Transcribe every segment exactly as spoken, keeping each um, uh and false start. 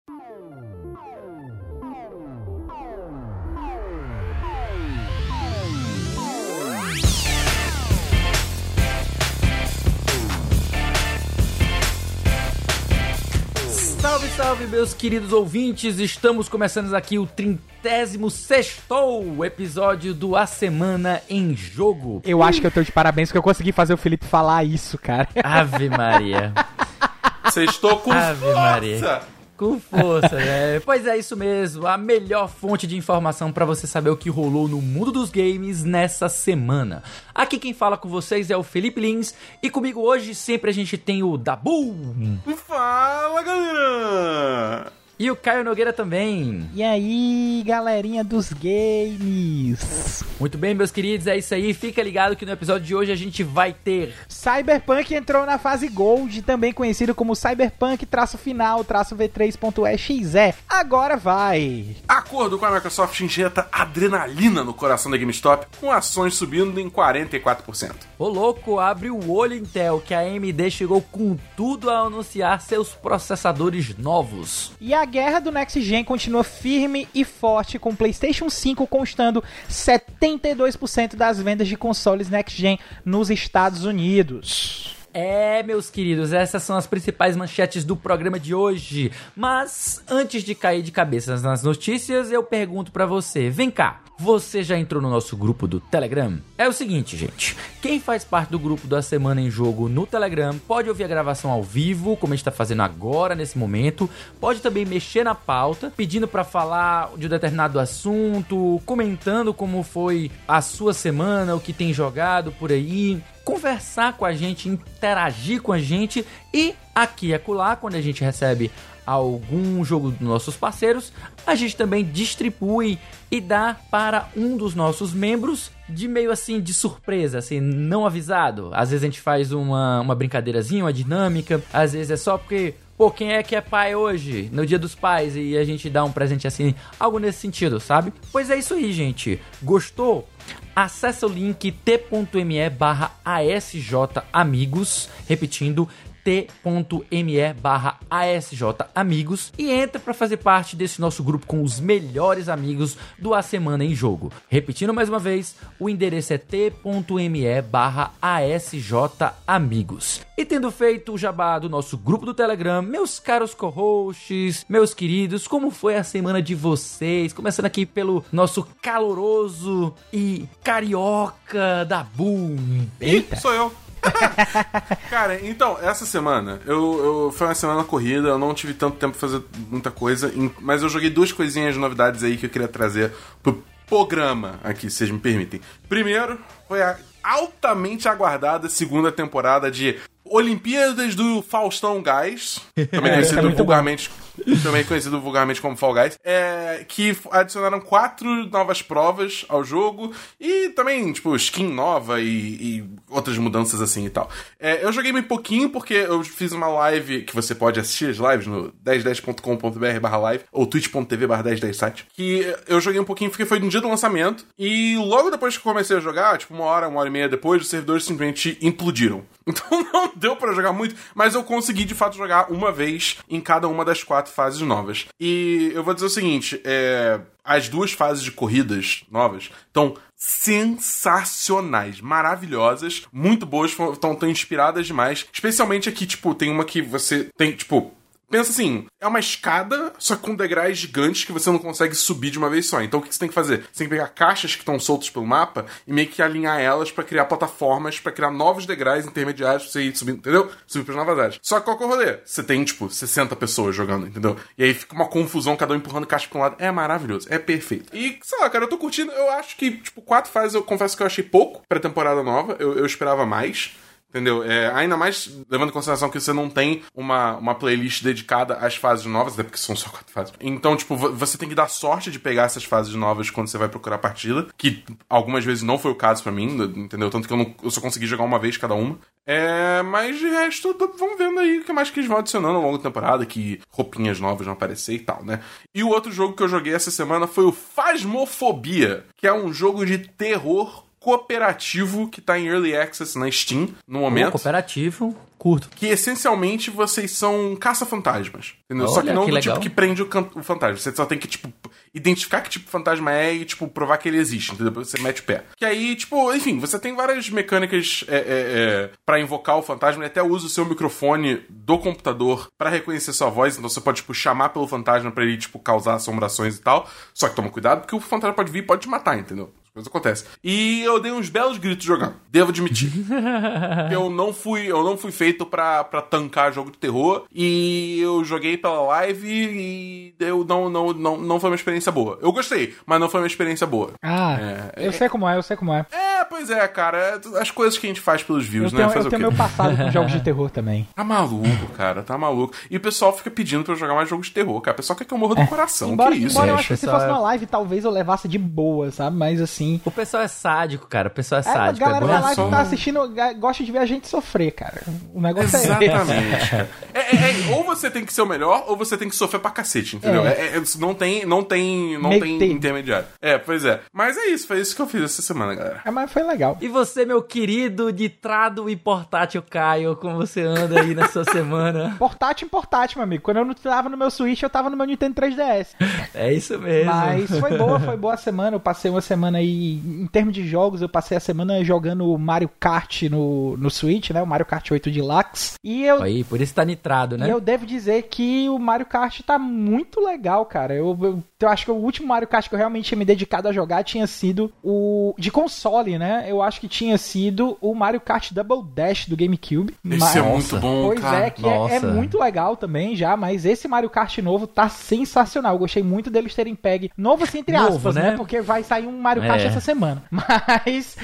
Salve, salve, meus queridos ouvintes! Estamos começando aqui o trigésimo sexto episódio do A Semana em Jogo. Eu acho que eu tô de parabéns porque eu consegui fazer o Felipe falar isso, cara. Ave Maria. Sextou com Ave força! Maria. Com força, né? Pois é, isso mesmo. A melhor fonte de informação pra você saber o que rolou no mundo dos games nessa semana. Aqui quem fala com vocês é o Felipe Lins. E comigo hoje sempre a gente tem o Dabu. Fala, galera! E o Caio Nogueira também. E aí, galerinha dos games? Muito bem, meus queridos, é isso aí. Fica ligado que no episódio de hoje a gente vai ter... Cyberpunk entrou na fase Gold, também conhecido como Cyberpunk-final-v três ponto e x e. Agora vai! Acordo com a Microsoft injeta adrenalina no coração da GameStop, com ações subindo em quarenta e quatro por cento. Ô louco, abre o olho, Intel, que a A M D chegou com tudo a anunciar seus processadores novos. E a guerra do Next Gen continua firme e forte, com o PlayStation cinco constando setenta e dois por cento das vendas de consoles Next Gen nos Estados Unidos. É, meus queridos, essas são as principais manchetes do programa de hoje. Mas, antes de cair de cabeça nas notícias, eu pergunto pra você, vem cá, você já entrou no nosso grupo do Telegram? É o seguinte, gente, quem faz parte do grupo da Semana em Jogo no Telegram pode ouvir a gravação ao vivo, como a gente tá fazendo agora, nesse momento, pode também mexer na pauta, pedindo pra falar de um determinado assunto, comentando como foi a sua semana, o que tem jogado por aí, conversar com a gente, interagir com a gente e aqui e acolá, quando a gente recebe algum jogo dos nossos parceiros, a gente também distribui e dá para um dos nossos membros de meio assim, de surpresa, assim, não avisado. Às vezes a gente faz uma, uma brincadeirazinha, uma dinâmica, às vezes é só porque, pô, quem é que é pai hoje, no dia dos pais, e a gente dá um presente assim, algo nesse sentido, sabe? Pois é isso aí, gente. Gostou? Acesse o link t.me barra asjamigos, repetindo, t.me barra asjamigos e entra para fazer parte desse nosso grupo com os melhores amigos do A Semana em Jogo. Repetindo mais uma vez, o endereço é t.me barra asjamigos. E tendo feito o jabá do nosso grupo do Telegram, meus caros co-hosts, meus queridos, como foi a semana de vocês? Começando aqui pelo nosso caloroso e carioca Dabu. Eita! Sou eu! Cara, então, essa semana eu, eu foi uma semana corrida, eu não tive tanto tempo pra fazer muita coisa, mas eu joguei duas coisinhas de novidades aí que eu queria trazer pro programa aqui, se vocês me permitem. Primeiro, foi a altamente aguardada segunda temporada de Olimpíadas do Faustão Guys, também conhecido é, vulgarmente também conhecido vulgarmente como Fall Guys, é, que adicionaram quatro novas provas ao jogo e também, tipo, skin nova e, e outras mudanças assim e tal. É, eu joguei bem pouquinho porque eu fiz uma live que você pode assistir as lives no dez dez ponto com ponto b r barra live ou twitch ponto t v barra dez dez site, que eu joguei um pouquinho porque foi no dia do lançamento e logo depois que eu comecei a jogar, tipo uma hora, uma hora e meia depois, os servidores simplesmente implodiram. Então não deu pra jogar muito, mas eu consegui de fato jogar uma vez em cada uma das quatro fases novas. E eu vou dizer o seguinte, é, as duas fases de corridas novas estão sensacionais, maravilhosas, muito boas, estão tão inspiradas demais. Especialmente aqui, tipo, tem uma que você tem, tipo... Pensa assim, é uma escada, só que com degraus gigantes que você não consegue subir de uma vez só. Então o que você tem que fazer? Você tem que pegar caixas que estão soltas pelo mapa e meio que alinhar elas pra criar plataformas, pra criar novos degraus intermediários pra você ir subindo, entendeu? Subir pras novas áreas. Só que qual que é o rolê? Você tem, tipo, sessenta pessoas jogando, entendeu? E aí fica uma confusão, cada um empurrando caixa pra um lado. É maravilhoso, é perfeito. E, sei lá, cara, eu tô curtindo. Eu acho que, tipo, quatro fases eu confesso que eu achei pouco pra temporada nova. Eu, eu esperava mais. Entendeu? É, ainda mais levando em consideração que você não tem uma, uma playlist dedicada às fases novas, até porque são só quatro fases. Então, tipo, você tem que dar sorte de pegar essas fases novas quando você vai procurar a partida, que algumas vezes não foi o caso pra mim, entendeu? Tanto que eu, não, eu só consegui jogar uma vez cada uma. É, mas de resto, vamos vendo aí o que mais que eles vão adicionando ao longo da temporada, que roupinhas novas vão aparecer e tal, né? E o outro jogo que eu joguei essa semana foi o Phasmophobia, que é um jogo de terror cooperativo que tá em Early Access na Steam no momento. Um cooperativo, curto. Que essencialmente vocês são caça-fantasmas. Entendeu? Olha, só que não que do legal. tipo que prende o, can- o fantasma. Você só tem que, tipo, identificar que tipo de fantasma é e, tipo, provar que ele existe, entendeu? Você mete o pé. Que aí, tipo, enfim, você tem várias mecânicas é, é, é, pra invocar o fantasma. Ele até usa o seu microfone do computador pra reconhecer sua voz. Então você pode, tipo, chamar pelo fantasma pra ele, tipo, causar assombrações e tal. Só que toma cuidado, porque o fantasma pode vir e pode te matar, entendeu? Coisa acontece. E eu dei uns belos gritos jogando. Devo admitir. eu não fui, eu não fui feito pra, pra tancar jogo de terror. E eu joguei pela live e eu não, não, não, não foi uma experiência boa. Eu gostei, mas não foi uma experiência boa. Ah, É, eu sei como é, eu sei como é. É, pois é, cara. É as coisas que a gente faz pelos Eu views, tenho, né? Faz eu o tenho quê? meu passado com jogos de terror também. Tá maluco, cara. Tá maluco. E o pessoal fica pedindo pra eu jogar mais jogos de terror, cara. O pessoal quer que eu morra do coração. Embora, que isso, embora eu gente? acho que se Pessoal fosse é- numa live, talvez eu levasse de boa, sabe? Mas assim... O pessoal é sádico, cara. O pessoal é É, a sádico. galera é da bom. live só- tá assistindo, ga- gosta de ver a gente sofrer, cara. O negócio é esse. Exatamente, cara. É, é, é, ou você tem que ser o melhor, ou você tem que sofrer pra cacete, entendeu? É. É, é, não tem, não tem, não Meio tem termo. intermediário. É, pois é. Mas é isso, foi isso que eu fiz essa semana, galera. É, mas foi legal. E você, meu querido ditrado e portátil Caio, como você anda aí na sua semana? Portátil em portátil, meu amigo. Quando eu não tava no meu Switch, eu tava no meu Nintendo três D S. É isso mesmo. Mas foi boa, foi boa a semana. Eu passei uma semana aí, em termos de jogos, eu passei a semana jogando Mario Kart no, no Switch, né? O Mario Kart oito Deluxe. E eu, Aí, por isso tá nitrado, né? e eu devo dizer que o Mario Kart tá muito legal, cara. Eu, eu, eu acho que o último Mario Kart que eu realmente tinha me dedicado a jogar tinha sido o de console, né? Eu acho que tinha sido o Mario Kart Double Dash do GameCube. Esse Mas- é muito bom, Pois cara. é, que é, é Nossa. muito legal também já, mas esse Mario Kart novo tá sensacional. Eu gostei muito deles terem pegue. Novo assim, entre Novo, aspas, né? né? Porque vai sair um Mario Kart É. essa semana. Mas.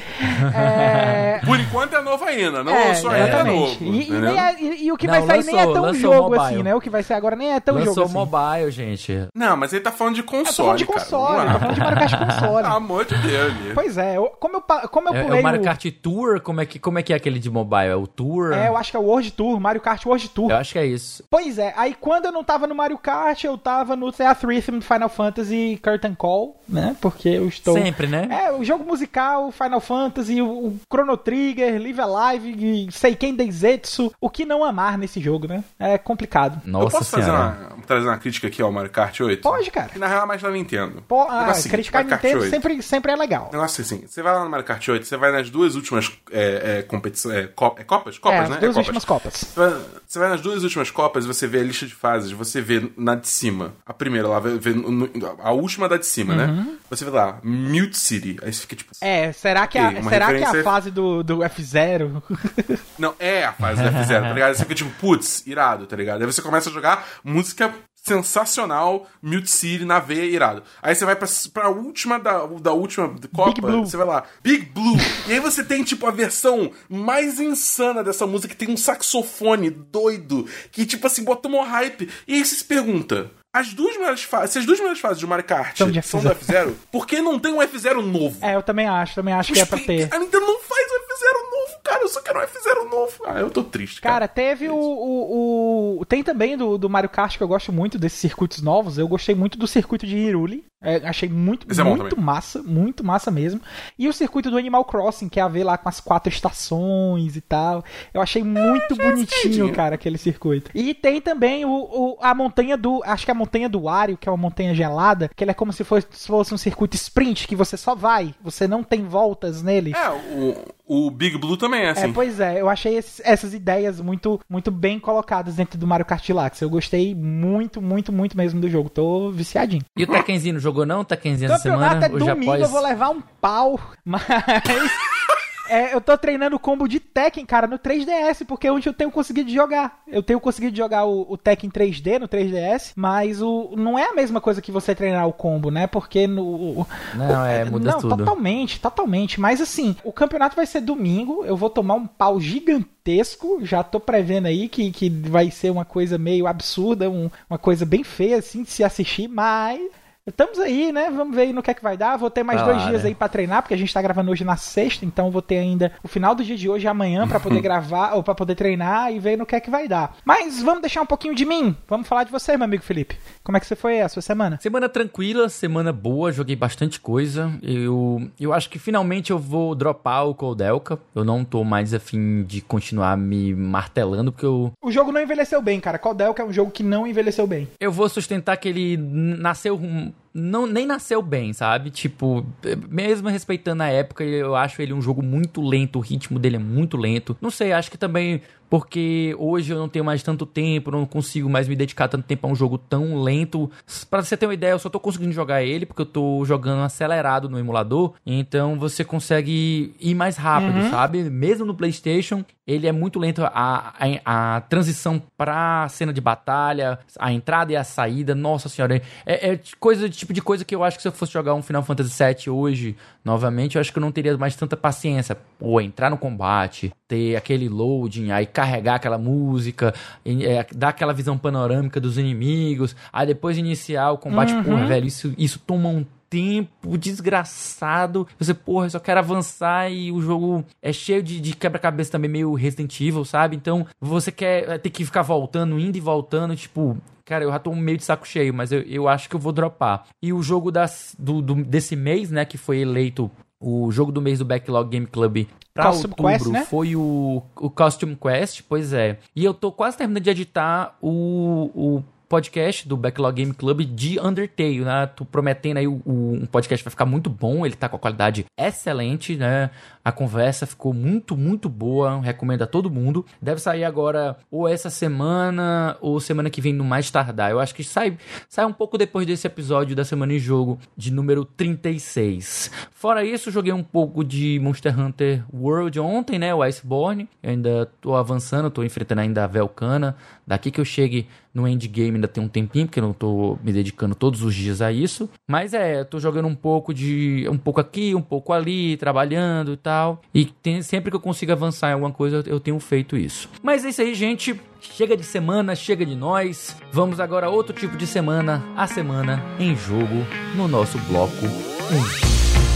É... Por enquanto é novo ainda, não é, só ainda é exatamente. novo. E, e, entendeu? nem é- e- e o que Não, vai sair nem é lançou- tão lançou jogo mobile. assim, né? O que vai sair agora nem é tão Lançou jogo assim. mobile, gente. Não, mas ele tá falando de Eu tô falando console, de cara. console, Vamos eu tô lá. falando de Mario Kart console. Pelo amor de Deus, Lia. Pois é, eu- como eu, pa- como eu É, é pulei o Mario o- Kart Tour? Como é, que, como é que é aquele de mobile? É o Tour? É, eu acho que é o World Tour, Mario Kart World Tour. Eu acho que é isso. Pois é, aí quando eu não tava no Mario Kart, eu tava no Theater Rhythm Final Fantasy Curtain Call, né? Porque eu estou... Sempre, né? É, o jogo musical, Final Fantasy, o, o Chrono Trigger, Live Alive, e Seiken Densetsu, o que não amar nesse jogo, né? É complicado. Eu Nossa posso fazer senhora. uma, trazer uma crítica aqui ao Mario Kart oito? Pode, cara. Que na real é mais da Nintendo. Pô, O ah, negócio é o seguinte, criticar Mario Kart Nintendo oito. sempre, sempre é legal. O negócio é assim, você vai lá no Mario Kart oito, você vai nas duas últimas é, é, competições... É, co- é Copas? Copas, é, né? as duas é últimas Copas. Você vai, você vai nas duas últimas Copas e você vê a lista de fases, você vê na de cima, a primeira lá, vê, vê no- no- a última da de cima, né? Você vê lá, Mute City, aí você fica tipo... É, será que, Ok, a, uma será que a referência- fase do, do F zero... Não, é a fase do F zero, tá ligado? Aí você fica tipo, putz, irado, tá ligado? Aí você começa a jogar música sensacional, Mute City, na veia, irado. Aí você vai pra, pra última da, da última Copa, Big Blue. você vai lá, Big Blue. E aí você tem, tipo, a versão mais insana dessa música, que tem um saxofone doido, que, tipo assim, botou um hype. E aí você se pergunta... As duas melhores fases, se as duas melhores fases de Mario Kart São de são do F zero, por que não tem um F zero novo? É, eu também acho, também acho que é pra ter. A Nintendo não faz um F zero novo, cara. Eu só quero um F zero novo. Ah, eu tô triste, cara. Cara, teve o, o, o- Tem também do, do Mario Kart que eu gosto muito desses circuitos novos. Eu gostei muito do circuito de Hyrule. É, achei muito, Esse é bom muito também. massa, muito massa mesmo. E o circuito do Animal Crossing, que é a ver lá com as quatro estações e tal. Eu achei muito bonitinho, divertidinho. cara, aquele circuito. E tem também o, o- a montanha do. Acho que é a montanha do Wario, que é uma montanha gelada, que ele é como se fosse, se fosse um circuito sprint, que você só vai, você não tem voltas nele. É, o, o Big Blue também é assim. É, pois é, eu achei esses- essas ideias muito, muito bem colocadas dentro do Mario Kart Deluxe. Eu gostei muito, muito, muito mesmo do jogo. Tô viciadinho. E o Tekkenzinho não jogou não? O Tekkenzinho essa Campeonato semana? é O domingo, Japós... eu vou levar um pau, mas... É, eu tô treinando o combo de Tekken, cara, no três D S, porque é onde eu tenho conseguido jogar. Eu tenho conseguido jogar o, o Tekken três D no três D S, mas o, não é a mesma coisa que você treinar o combo, né? Porque no... Não, é, muda não, tudo. totalmente, totalmente. Mas assim, o campeonato vai ser domingo, eu vou tomar um pau gigantesco, já tô prevendo aí que, que vai ser uma coisa meio absurda, um- uma coisa bem feia, assim, de se assistir, mas... Estamos aí, né? Vamos ver aí no que é que vai dar. Vou ter mais Ah, dois dias né? aí pra treinar, porque a gente tá gravando hoje na sexta, então vou ter ainda o final do dia de hoje e amanhã pra poder gravar, ou pra poder treinar e ver no que é que vai dar. Mas vamos deixar um pouquinho de mim. Vamos falar de você, meu amigo Felipe. Como é que você foi a sua semana? Semana tranquila, semana boa, joguei bastante coisa. Eu, eu acho que finalmente eu vou dropar o Koudelka. Eu não tô mais afim de continuar me martelando, porque eu, O jogo não envelheceu bem, cara. Koudelka é um jogo que não envelheceu bem. eu vou sustentar que ele nasceu... Não, nem nasceu bem, sabe? Tipo, mesmo respeitando a época, eu acho ele um jogo muito lento, o ritmo dele é muito lento. Não sei, acho que também porque hoje eu não tenho mais tanto tempo, não consigo mais me dedicar tanto tempo a um jogo tão lento. Pra você ter uma ideia, eu só tô conseguindo jogar ele porque eu tô jogando acelerado no emulador, então você consegue ir mais rápido, Uhum. sabe? Mesmo no PlayStation, ele é muito lento. A, a, a transição pra cena de batalha, a entrada e a saída, nossa senhora, é, é coisa, tipo de coisa que eu acho que se eu fosse jogar um Final Fantasy sete hoje, novamente, eu acho que eu não teria mais tanta paciência. Pô, entrar no combate, ter aquele loading, aí carregar aquela música, é, dar aquela visão panorâmica dos inimigos, aí depois iniciar o combate. Uhum. Porra, velho, isso, isso toma um tempo desgraçado. Você, porra, eu só quero avançar e o jogo é cheio de, de quebra-cabeça também, meio Resident Evil, sabe? Então, você quer ter que ficar voltando, indo e voltando, tipo... Cara, eu já tô meio de saco cheio, mas eu, eu acho que eu vou dropar. E o jogo das, do, do, desse mês, né, que foi eleito o jogo do mês do Backlog Game Club pra Costume outubro, Quest, né? foi o, o Costume Quest, pois é. E eu tô quase terminando de editar o... o podcast do Backlog Game Club de Undertale, né? Tô prometendo aí o, o, um podcast vai ficar muito bom, ele tá com a qualidade excelente, né? A conversa ficou muito, muito boa, recomendo a todo mundo. Deve sair agora ou essa semana ou semana que vem no mais tardar. Eu acho que sai, sai um pouco depois desse episódio da Semana em Jogo, de número trinta e seis. Fora isso, joguei um pouco de Monster Hunter World ontem, né? O Iceborne. Eu ainda tô avançando, tô enfrentando ainda a Velkhana. Daqui que eu chegue no endgame ainda tem um tempinho, porque eu não tô me dedicando todos os dias a isso. Mas é, eu tô jogando um pouco de... um pouco aqui, um pouco ali, trabalhando e tal. E tem, sempre que eu consigo avançar em alguma coisa, eu tenho feito isso. Mas é isso aí, gente. Chega de semana, chega de nós. Vamos agora a outro tipo de semana. A Semana em Jogo, no nosso bloco um.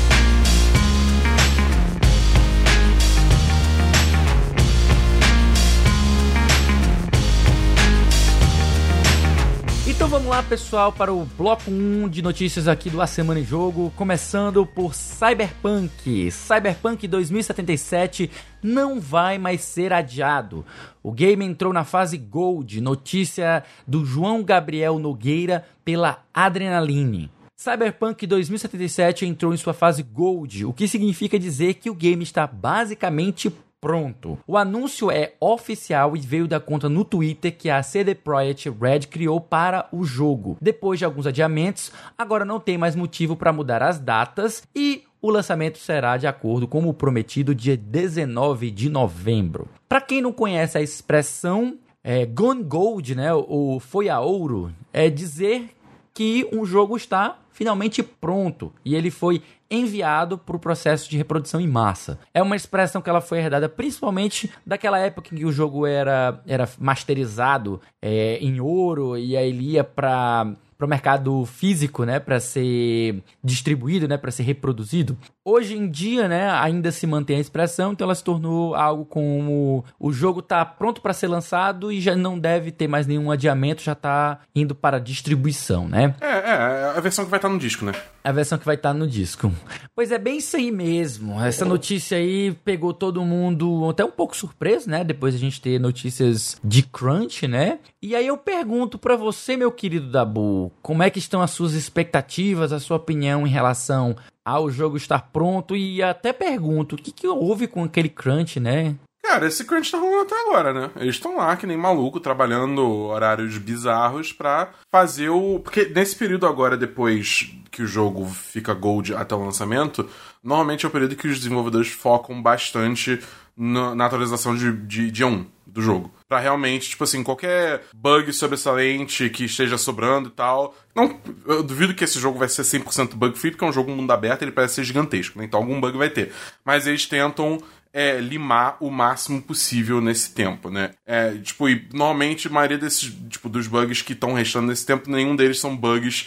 Então vamos lá, pessoal, para o bloco um de notícias aqui do A Semana em Jogo, começando por Cyberpunk. Cyberpunk dois mil e setenta e sete não vai mais ser adiado. O game entrou na fase Gold, notícia do João Gabriel Nogueira pela Adrenaline. Cyberpunk dois mil e setenta e sete entrou em sua fase Gold, o que significa dizer que o game está basicamente pronto. O anúncio é oficial e veio da conta no Twitter que a C D Projekt Red criou para o jogo. Depois de alguns adiamentos, agora não tem mais motivo para mudar as datas e o lançamento será de acordo com o prometido dia dezenove de novembro. Para quem não conhece a expressão é, Gone Gold, né, ou foi a ouro, é dizer que um jogo está finalmente pronto e ele foi enviado para o processo de reprodução em massa. É uma expressão que ela foi herdada principalmente daquela época em que o jogo era, era masterizado é, em ouro e aí ele ia para para o mercado físico, né, para ser distribuído, né, para ser reproduzido. Hoje em dia, né, ainda se mantém a expressão, então ela se tornou algo como o jogo está pronto para ser lançado e já não deve ter mais nenhum adiamento, já está indo para distribuição, né? É, é, a versão que vai estar no disco, né? A versão que vai estar no disco. Pois é, bem isso aí mesmo. Essa notícia aí pegou todo mundo até um pouco surpreso, né? Depois a gente ter notícias de crunch, né? E aí eu pergunto pra você, meu querido Dabu, como é que estão as suas expectativas, a sua opinião em relação ao jogo estar pronto? E até pergunto, o que, que houve com aquele crunch, né? Cara, esse crunch tá rolando até agora, né? Eles estão lá, que nem maluco, trabalhando horários bizarros pra fazer o... Porque nesse período agora, depois que o jogo fica gold até o lançamento, normalmente é o período que os desenvolvedores focam bastante no, na atualização de, de dia um do jogo. Pra realmente, tipo assim, qualquer bug sobressalente que esteja sobrando e tal... Não, eu duvido que esse jogo vai ser cem por cento bug free, porque é um jogo mundo aberto e ele parece ser gigantesco, né? Então algum bug vai ter. Mas eles tentam... É, limar o máximo possível nesse tempo, né? É, tipo, e normalmente a maioria desses, tipo, dos bugs que estão restando nesse tempo, nenhum deles são bugs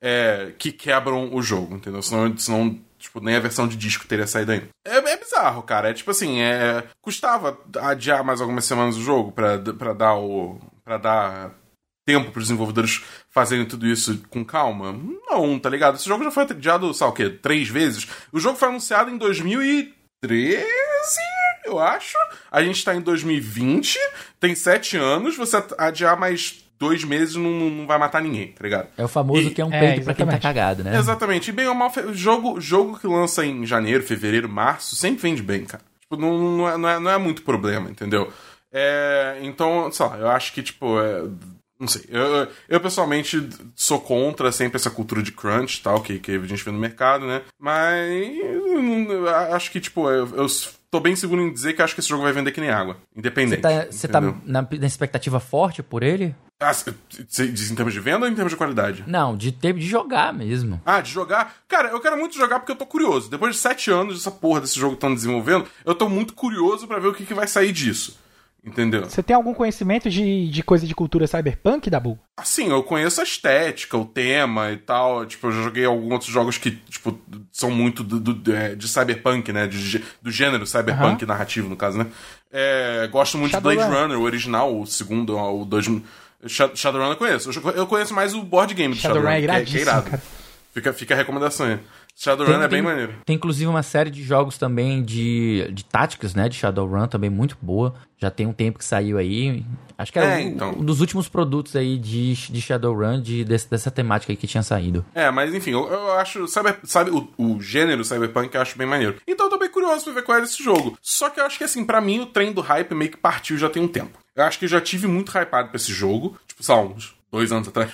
é, que quebram o jogo, entendeu? Senão, senão tipo, nem a versão de disco teria saído ainda. É, é bizarro, cara. É tipo assim, é, custava adiar mais algumas semanas o jogo pra, pra dar o... pra dar tempo pros desenvolvedores fazerem tudo isso com calma? Não, tá ligado? Esse jogo já foi adiado, sabe o quê? Três vezes. O jogo foi anunciado em dois mil e treze, eu acho. A gente tá em dois mil e vinte, tem sete anos, você adiar mais dois meses não, não vai matar ninguém, tá ligado? É o famoso e, que é um é, peito pra quem tá exatamente. cagado, né? Exatamente. E bem ou mal, jogo, jogo que lança em janeiro, fevereiro, março, sempre vende bem, cara. Tipo, não, não, é, não, é, não é muito problema, entendeu? É, então, sei lá, eu acho que, tipo, é, não sei. Eu, eu, pessoalmente, sou contra sempre essa cultura de crunch e tal, que, que a gente vê no mercado, né? Mas eu acho que, tipo, eu, eu tô bem seguro em dizer que acho que esse jogo vai vender que nem água. Independente. Você tá, tá na, na expectativa forte por ele? Ah, você diz em termos de venda ou em termos de qualidade? Não, de ter de jogar mesmo. Ah, de jogar? Cara, eu quero muito jogar porque eu tô curioso. Depois de sete anos dessa porra desse jogo que estão desenvolvendo, eu tô muito curioso pra ver o que, que vai sair disso. Entendeu? Você tem algum conhecimento de, de coisa de cultura cyberpunk, Dabu? Assim, eu conheço a estética, o tema e tal. Tipo, eu já joguei alguns outros jogos que, tipo, são muito do, do, de cyberpunk, né? De, do gênero cyberpunk uhum. narrativo, no caso, né? É, gosto muito Shadowrun. de Blade Runner, o original, o segundo, o dois... Shadowrun eu conheço. Eu conheço mais o board game do Shadowrun, Shadowrun é que, é, que é irado. Cara. Fica, fica a recomendação aí. Shadowrun tem, é bem tem, maneiro. Tem inclusive uma série de jogos também de, de táticas, né? De Shadowrun, também muito boa. Já tem um tempo que saiu aí. Acho que era é, um, então. um dos últimos produtos aí de, de Shadowrun, de, desse, dessa temática aí que tinha saído. É, mas enfim, eu, eu acho... Sabe, sabe o, o gênero cyberpunk eu acho bem maneiro. Então eu tô bem curioso pra ver qual é esse jogo. Só que eu acho que assim, pra mim o trem do hype meio que partiu já tem um tempo. Eu acho que eu já tive muito hypado pra esse jogo. Tipo, sei lá, uns dois anos atrás.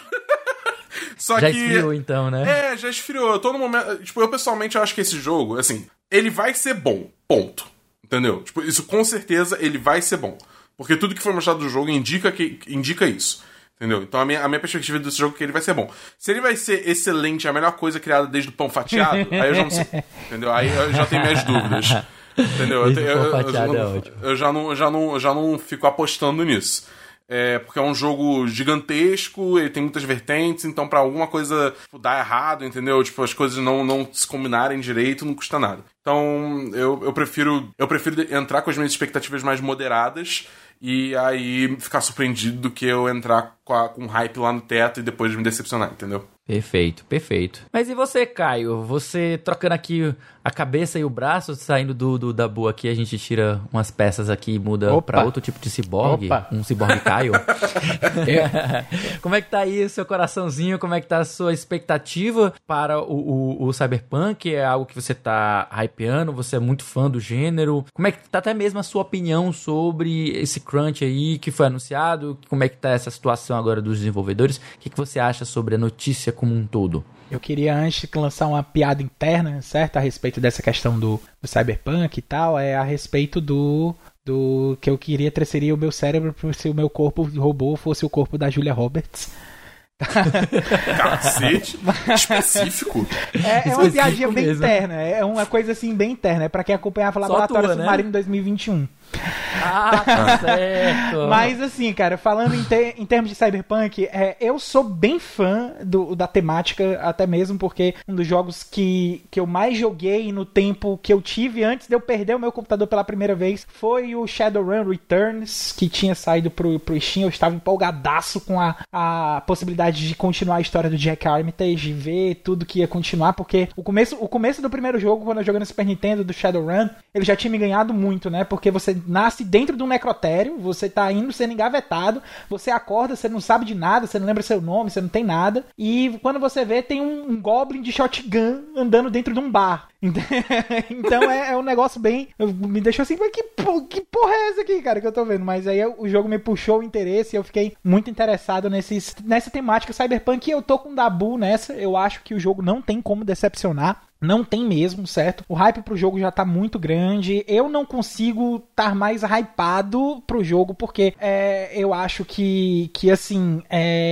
Só já que, esfriou então, né? É, já esfriou. Eu tô no momento... Tipo, eu pessoalmente acho que esse jogo, assim, ele vai ser bom. Ponto. Entendeu? Tipo, isso com certeza ele vai ser bom. Porque tudo que foi mostrado do jogo indica, que, indica isso. Entendeu? Então a minha, a minha perspectiva desse jogo é que ele vai ser bom. Se ele vai ser excelente, a melhor coisa criada desde o pão fatiado, aí eu já não sei. Entendeu? Aí eu já tenho minhas dúvidas. Entendeu? Eu, eu, eu, eu, já não, eu já não, já não, já não fico apostando nisso. É, porque é um jogo gigantesco, ele tem muitas vertentes, então pra alguma coisa tipo, dar errado, entendeu? Tipo, as coisas não, não se combinarem direito, não custa nada. Então, eu, eu prefiro eu prefiro entrar com as minhas expectativas mais moderadas e aí ficar surpreendido do que eu entrar com, a, com hype lá no teto e depois me decepcionar, entendeu? Perfeito, perfeito. Mas e você, Caio? Você trocando aqui a cabeça e o braço, saindo do, do Dabu aqui, a gente tira umas peças aqui e muda Opa. pra outro tipo de ciborgue. Opa. Um ciborgue Caio. Como é que tá aí o seu coraçãozinho? Como é que tá a sua expectativa para o, o, o Cyberpunk? É algo que você tá hypeando? Você é muito fã do gênero? Como é que tá até mesmo a sua opinião sobre esse crunch aí que foi anunciado? Como é que tá essa situação agora dos desenvolvedores? O que, que você acha sobre a notícia como um todo? Eu queria antes lançar uma piada interna, certo? A respeito dessa questão do, do Cyberpunk e tal, é a respeito do, do que eu queria transferir o meu cérebro se o meu corpo robô fosse o corpo da Julia Roberts. Cacete, específico. É, é uma piadinha bem mesmo. interna, é uma coisa assim bem interna, é pra quem acompanhava o Laboratório tua, Submarino né? dois mil e vinte e um. Ah, tá certo. Mas assim, cara, falando em, te, em termos de Cyberpunk, é, eu sou bem fã do, da temática, até mesmo porque um dos jogos que, que eu mais joguei no tempo que eu tive antes de eu perder o meu computador pela primeira vez foi o Shadowrun Returns, que tinha saído pro, pro Steam. Eu estava empolgadaço com a, a possibilidade de continuar a história do Jack Armitage, ver tudo que ia continuar, porque o começo, o começo do primeiro jogo, quando eu joguei no Super Nintendo, do Shadowrun, ele já tinha me ganhado muito, né? Porque você nasce dentro de um necrotério, você tá indo sendo engavetado, você acorda, você não sabe de nada, você não lembra seu nome, você não tem nada, e quando você vê, tem um, um goblin de shotgun andando dentro de um bar. Então é, é um negócio bem... Me deixou assim, que, que porra é essa aqui, cara, que eu tô vendo? Mas aí o jogo me puxou o interesse e eu fiquei muito interessado nesses, nessa temática Cyberpunk, e eu tô com o Dabu nessa. Eu acho que o jogo não tem como decepcionar. Não tem mesmo, certo? O hype pro jogo já tá muito grande. Eu não consigo estar mais hypado pro jogo, porque é, eu acho que, que assim, é,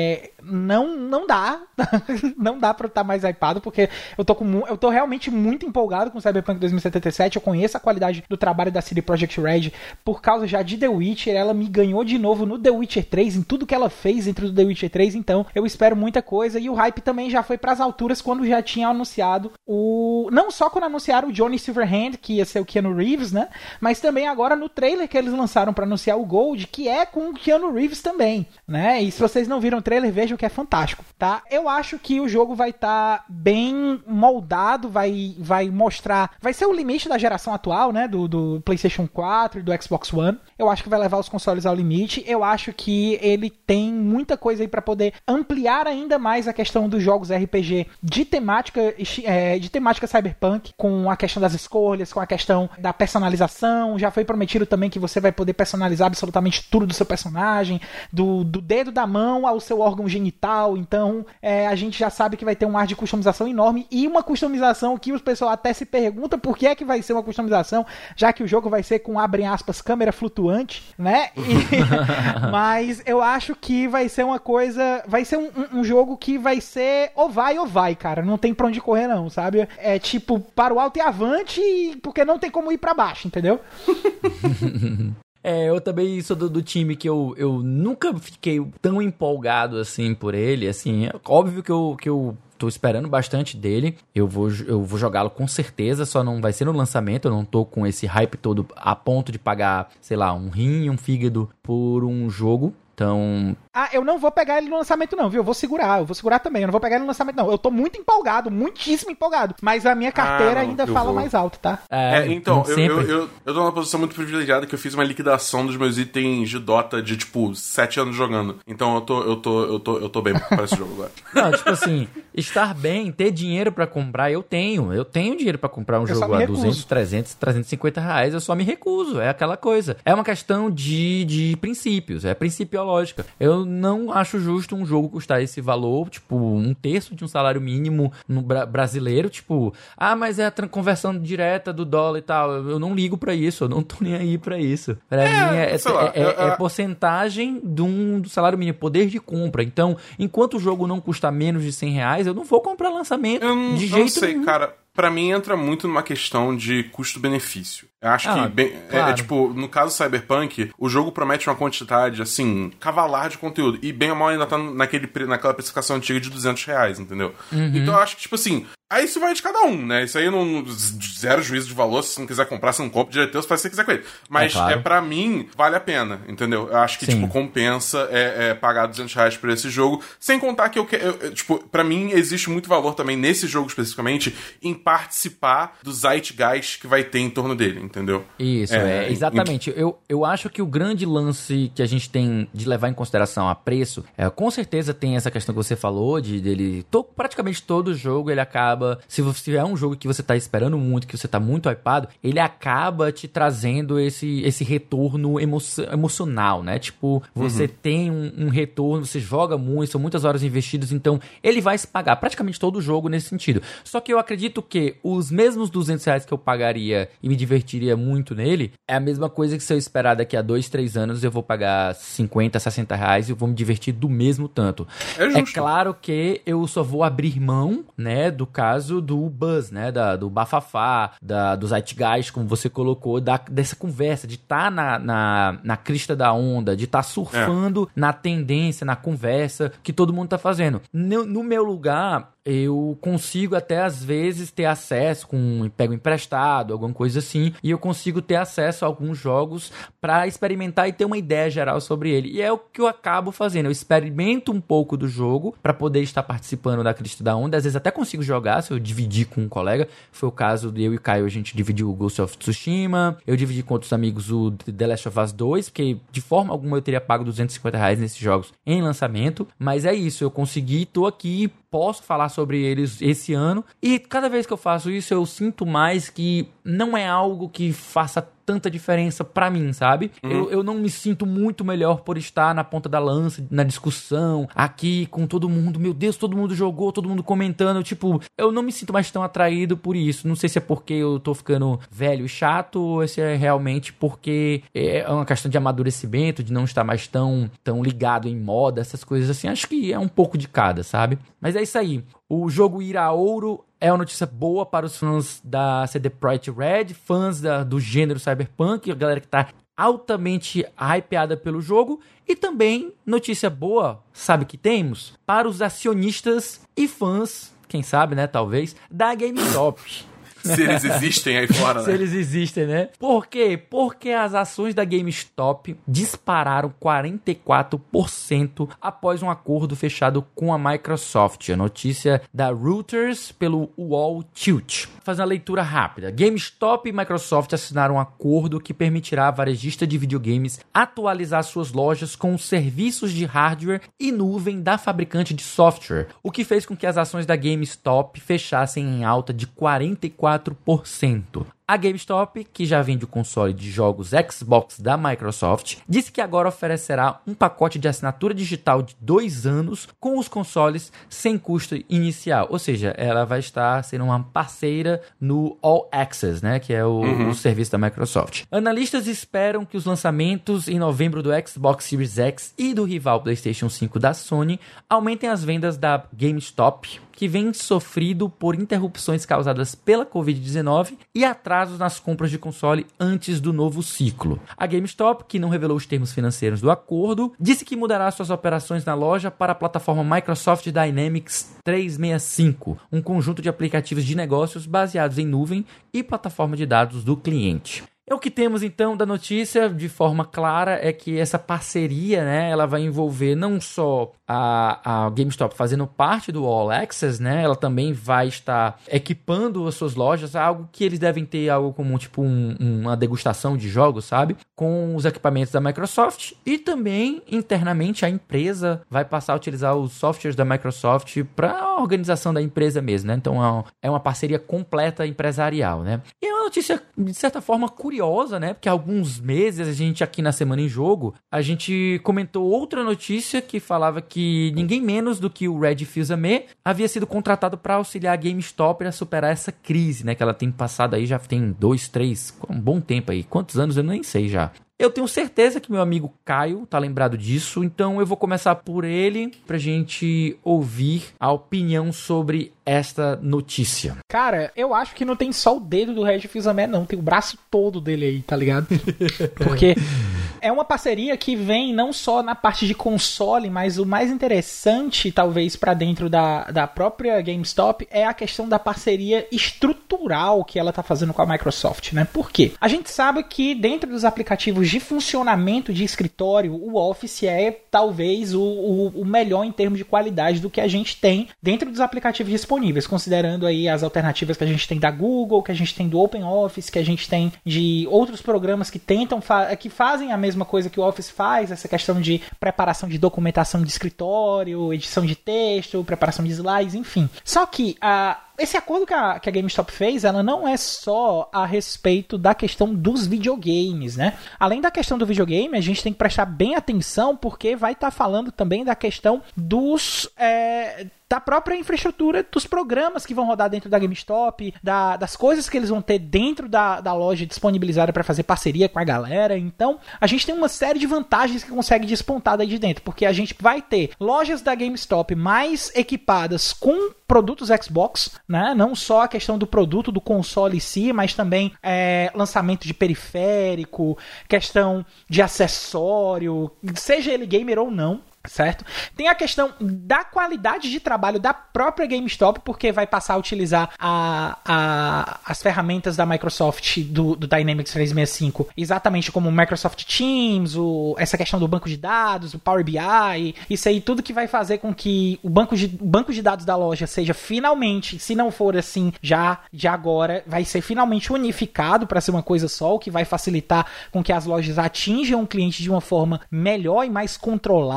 não, não dá. Não dá pra eu estar mais hypado, porque eu tô, com, eu tô realmente muito empolgado com Cyberpunk dois mil e setenta e sete. Eu conheço a qualidade do trabalho da C D Projekt Red por causa já de The Witcher. Ela me ganhou de novo no The Witcher três, em tudo que ela fez dentro do The Witcher três. Então, eu espero muita coisa. E o hype também já foi pras alturas quando já tinha anunciado o... Não só quando anunciaram o Johnny Silverhand, que ia ser o Keanu Reeves, né? Mas também agora no trailer que eles lançaram pra anunciar o Gold, que é com o Keanu Reeves também, né? E se vocês não viram o trailer, vejam que é fantástico, tá? Eu acho que o jogo vai estar tá bem moldado, vai, vai mostrar... Vai ser o limite da geração atual, né? Do, do PlayStation quatro e do Xbox One. Eu acho que vai levar os consoles ao limite. Eu acho que ele tem muita coisa aí pra poder ampliar ainda mais a questão dos jogos R P G de temática, é, de temática cyberpunk, com a questão das escolhas, com a questão da personalização. Já foi prometido também que você vai poder personalizar absolutamente tudo do seu personagem, do, do dedo da mão ao seu órgão genital. Então, é, a gente já sabe que vai ter um ar de customização enorme, e uma customização que o pessoal até se pergunta por que é que vai ser uma customização, já que o jogo vai ser com, abre aspas, câmera flutuante, né? E, mas eu acho que vai ser uma coisa, vai ser um, um, um jogo que vai ser ou vai ou vai, cara. Não tem pra onde correr não, sabe? É tipo, para o alto e avante, porque não tem como ir pra baixo, entendeu? É, eu também sou do, do time que eu, eu nunca fiquei tão empolgado assim por ele, assim, é óbvio que eu, que eu tô esperando bastante dele, eu vou, eu vou jogá-lo com certeza, só não vai ser no lançamento, eu não tô com esse hype todo a ponto de pagar, sei lá, um rim e um fígado por um jogo. Então... Ah, eu não vou pegar ele no lançamento não, viu? Eu vou segurar, eu vou segurar também. Eu não vou pegar ele no lançamento não. Eu tô muito empolgado, muitíssimo empolgado. Mas a minha carteira ah, não, ainda fala vou. mais alto, tá? É, é então, eu, eu, eu, eu tô numa posição muito privilegiada que eu fiz uma liquidação dos meus itens de Dota de, tipo, sete anos jogando. Então eu tô, eu tô, eu tô, eu tô bem para esse jogo agora. Não, tipo assim, estar bem, ter dinheiro pra comprar, eu tenho. Eu tenho dinheiro pra comprar um eu jogo a duzentos, trezentos, trezentos e cinquenta reais, eu só me recuso. É aquela coisa. É uma questão de, de princípios, é principiológica. Eu não acho justo um jogo custar esse valor, tipo, um terço de um salário mínimo no bra- brasileiro, tipo, ah, mas é a tra- conversão direta do dólar e tal, eu não ligo pra isso, eu não tô nem aí pra isso. Pra é, mim é, é, lá, é, é, é porcentagem de um, do salário mínimo, poder de compra. Então, enquanto o jogo não custa menos de cem reais, eu não vou comprar lançamento eu de jeito jeito não sei, nenhum. Cara. Pra mim entra muito numa questão de custo-benefício. Eu acho ah, que, bem, claro. é, é tipo, no caso Cyberpunk, o jogo promete uma quantidade, assim, cavalar de conteúdo. E bem ou mal ainda tá naquele, naquela precificação antiga de duzentos reais, entendeu? Uhum. Então eu acho que, tipo assim, aí isso vai de cada um, né? Isso aí não, zero juízo de valor. Se você não quiser comprar, você não compra, direito teu, você faz o que você quiser com ele. Mas, é, claro. é pra mim, vale a pena, entendeu? Eu acho que, Sim. tipo, compensa é, é, pagar duzentos reais por esse jogo. Sem contar que eu, eu, eu, tipo, pra mim existe muito valor também nesse jogo especificamente em participar do zeitgeist que vai ter em torno dele, entendeu? Isso, é, é exatamente. Em... Eu, eu acho que o grande lance que a gente tem de levar em consideração a preço, é, com certeza tem essa questão que você falou, de dele, to, praticamente todo jogo ele acaba, se você é um jogo que você tá esperando muito, que você tá muito hypado, ele acaba te trazendo esse, esse retorno emo, emocional, né? Tipo, você uhum. tem um, um retorno, você joga muito, são muitas horas investidas, então ele vai se pagar, praticamente todo jogo nesse sentido. Só que eu acredito que os mesmos duzentos reais que eu pagaria e me divertiria muito nele, é a mesma coisa que se eu esperar daqui a dois, três anos eu vou pagar cinquenta, sessenta reais e eu vou me divertir do mesmo tanto. É, é claro que eu só vou abrir mão, né, do caso do buzz, né, da, do bafafá, da, do zeitgeist, como você colocou, da, dessa conversa, de estar tá na, na, na crista da onda, de estar tá surfando é. na tendência, na conversa que todo mundo tá fazendo. No, no meu lugar, eu consigo até às vezes ter acesso com pego emprestado, alguma coisa assim, e eu consigo ter acesso a alguns jogos para experimentar e ter uma ideia geral sobre ele. E é o que eu acabo fazendo. Eu experimento um pouco do jogo para poder estar participando da crista da onda. Às vezes até consigo jogar se eu dividir com um colega. Foi o caso de eu e o Caio, a gente dividiu o Ghost of Tsushima. Eu dividi com outros amigos o The Last of Us dois, porque de forma alguma eu teria pago duzentos e cinquenta reais nesses jogos em lançamento. Mas é isso, eu consegui, tô aqui, posso falar sobre eles esse ano, e cada vez que eu faço isso eu sinto mais que não é algo que faça tanta diferença pra mim, sabe? Uhum. Eu, eu não me sinto muito melhor por estar na ponta da lança, na discussão, aqui com todo mundo. Meu Deus, todo mundo jogou, todo mundo comentando. Tipo, eu não me sinto mais tão atraído por isso. Não sei se é porque eu tô ficando velho e chato, ou se é realmente porque é uma questão de amadurecimento, de não estar mais tão, tão ligado em moda, essas coisas assim. Acho que é um pouco de cada, sabe? Mas é isso aí. O jogo ir a ouro é uma notícia boa para os fãs da C D Projekt Red, fãs da, do gênero Cyberpunk, a galera que tá altamente hypeada pelo jogo. E também notícia boa, sabe que temos? Para os acionistas e fãs, quem sabe, né, talvez, da GameStop. Se eles existem aí fora, né? Se eles existem, né? Por quê? Porque as ações da GameStop dispararam quarenta e quatro por cento após um acordo fechado com a Microsoft. A notícia da Reuters pelo Wall Tilt. Fazer uma leitura rápida. GameStop e Microsoft assinaram um acordo que permitirá a varejista de videogames atualizar suas lojas com os serviços de hardware e nuvem da fabricante de software, o que fez com que as ações da GameStop fechassem em alta de quarenta e quatro por cento. A GameStop, que já vende o console de jogos Xbox da Microsoft, disse que agora oferecerá um pacote de assinatura digital de dois anos com os consoles sem custo inicial. Ou seja, ela vai estar sendo uma parceira no All Access, né, que é o, uhum. o serviço da Microsoft. Analistas esperam que os lançamentos em novembro do Xbox Series X e do rival PlayStation cinco da Sony aumentem as vendas da GameStop, que vem sofrido por interrupções causadas pela covid dezenove e atrasos nas compras de console antes do novo ciclo. A GameStop, que não revelou os termos financeiros do acordo, disse que mudará suas operações na loja para a plataforma Microsoft Dynamics trezentos e sessenta e cinco, um conjunto de aplicativos de negócios baseados em nuvem e plataforma de dados do cliente. O que temos então da notícia de forma clara é que essa parceria, né, ela vai envolver não só a, a GameStop fazendo parte do All Access, né, ela também vai estar equipando as suas lojas, algo que eles devem ter algo como tipo um, uma degustação de jogos, sabe, com os equipamentos da Microsoft, e também internamente a empresa vai passar a utilizar os softwares da Microsoft para a organização da empresa mesmo, né, então é uma parceria completa empresarial, né, e é uma notícia de certa forma curiosa, né? Porque há alguns meses a gente aqui na Semana em Jogo, a gente comentou outra notícia que falava que ninguém menos do que o Red Fils-Aimé havia sido contratado para auxiliar a GameStop a superar essa crise, né? Que ela tem passado aí já tem dois, três, um bom tempo aí. Quantos anos eu nem sei já. Eu tenho certeza que meu amigo Caio tá lembrado disso, então eu vou começar por ele pra gente ouvir a opinião sobre esta notícia. Cara, eu acho que não tem só o dedo do Red Fils-Aimé não, tem o braço todo dele aí, tá ligado? Porque é uma parceria que vem não só na parte de console, mas o mais interessante, talvez, pra dentro da, da própria GameStop é a questão da parceria estrutural que ela tá fazendo com a Microsoft, né? Por quê? A gente sabe que dentro dos aplicativos de funcionamento de escritório, o Office é talvez o, o, o melhor em termos de qualidade do que a gente tem dentro dos aplicativos disponíveis, considerando aí as alternativas que a gente tem da Google, que a gente tem do OpenOffice, que a gente tem de outros programas que tentam, fa- que fazem a mesma coisa que o Office faz, essa questão de preparação de documentação de escritório, edição de texto, preparação de slides, enfim. Só que a Esse acordo que a, que a GameStop fez, ela não é só a respeito da questão dos videogames, né? Além da questão do videogame, a gente tem que prestar bem atenção, porque vai estar tá falando também da questão dos... É, da própria infraestrutura dos programas que vão rodar dentro da GameStop, da, das coisas que eles vão ter dentro da, da loja disponibilizada para fazer parceria com a galera. Então, a gente tem uma série de vantagens que consegue despontar daí de dentro, porque a gente vai ter lojas da GameStop mais equipadas com produtos Xbox, né? Não só a questão do produto, do console em si, mas também é, lançamento de periférico, questão de acessório, seja ele gamer ou não. Certo? Tem a questão da qualidade de trabalho da própria GameStop, porque vai passar a utilizar a, a, as ferramentas da Microsoft do, do Dynamics trezentos e sessenta e cinco, exatamente como o Microsoft Teams, o, essa questão do banco de dados, o Power B I, isso aí tudo que vai fazer com que o banco de, o banco de dados da loja seja finalmente, se não for assim já, já agora, vai ser finalmente unificado para ser uma coisa só, o que vai facilitar com que as lojas atinjam o cliente de uma forma melhor e mais controlada.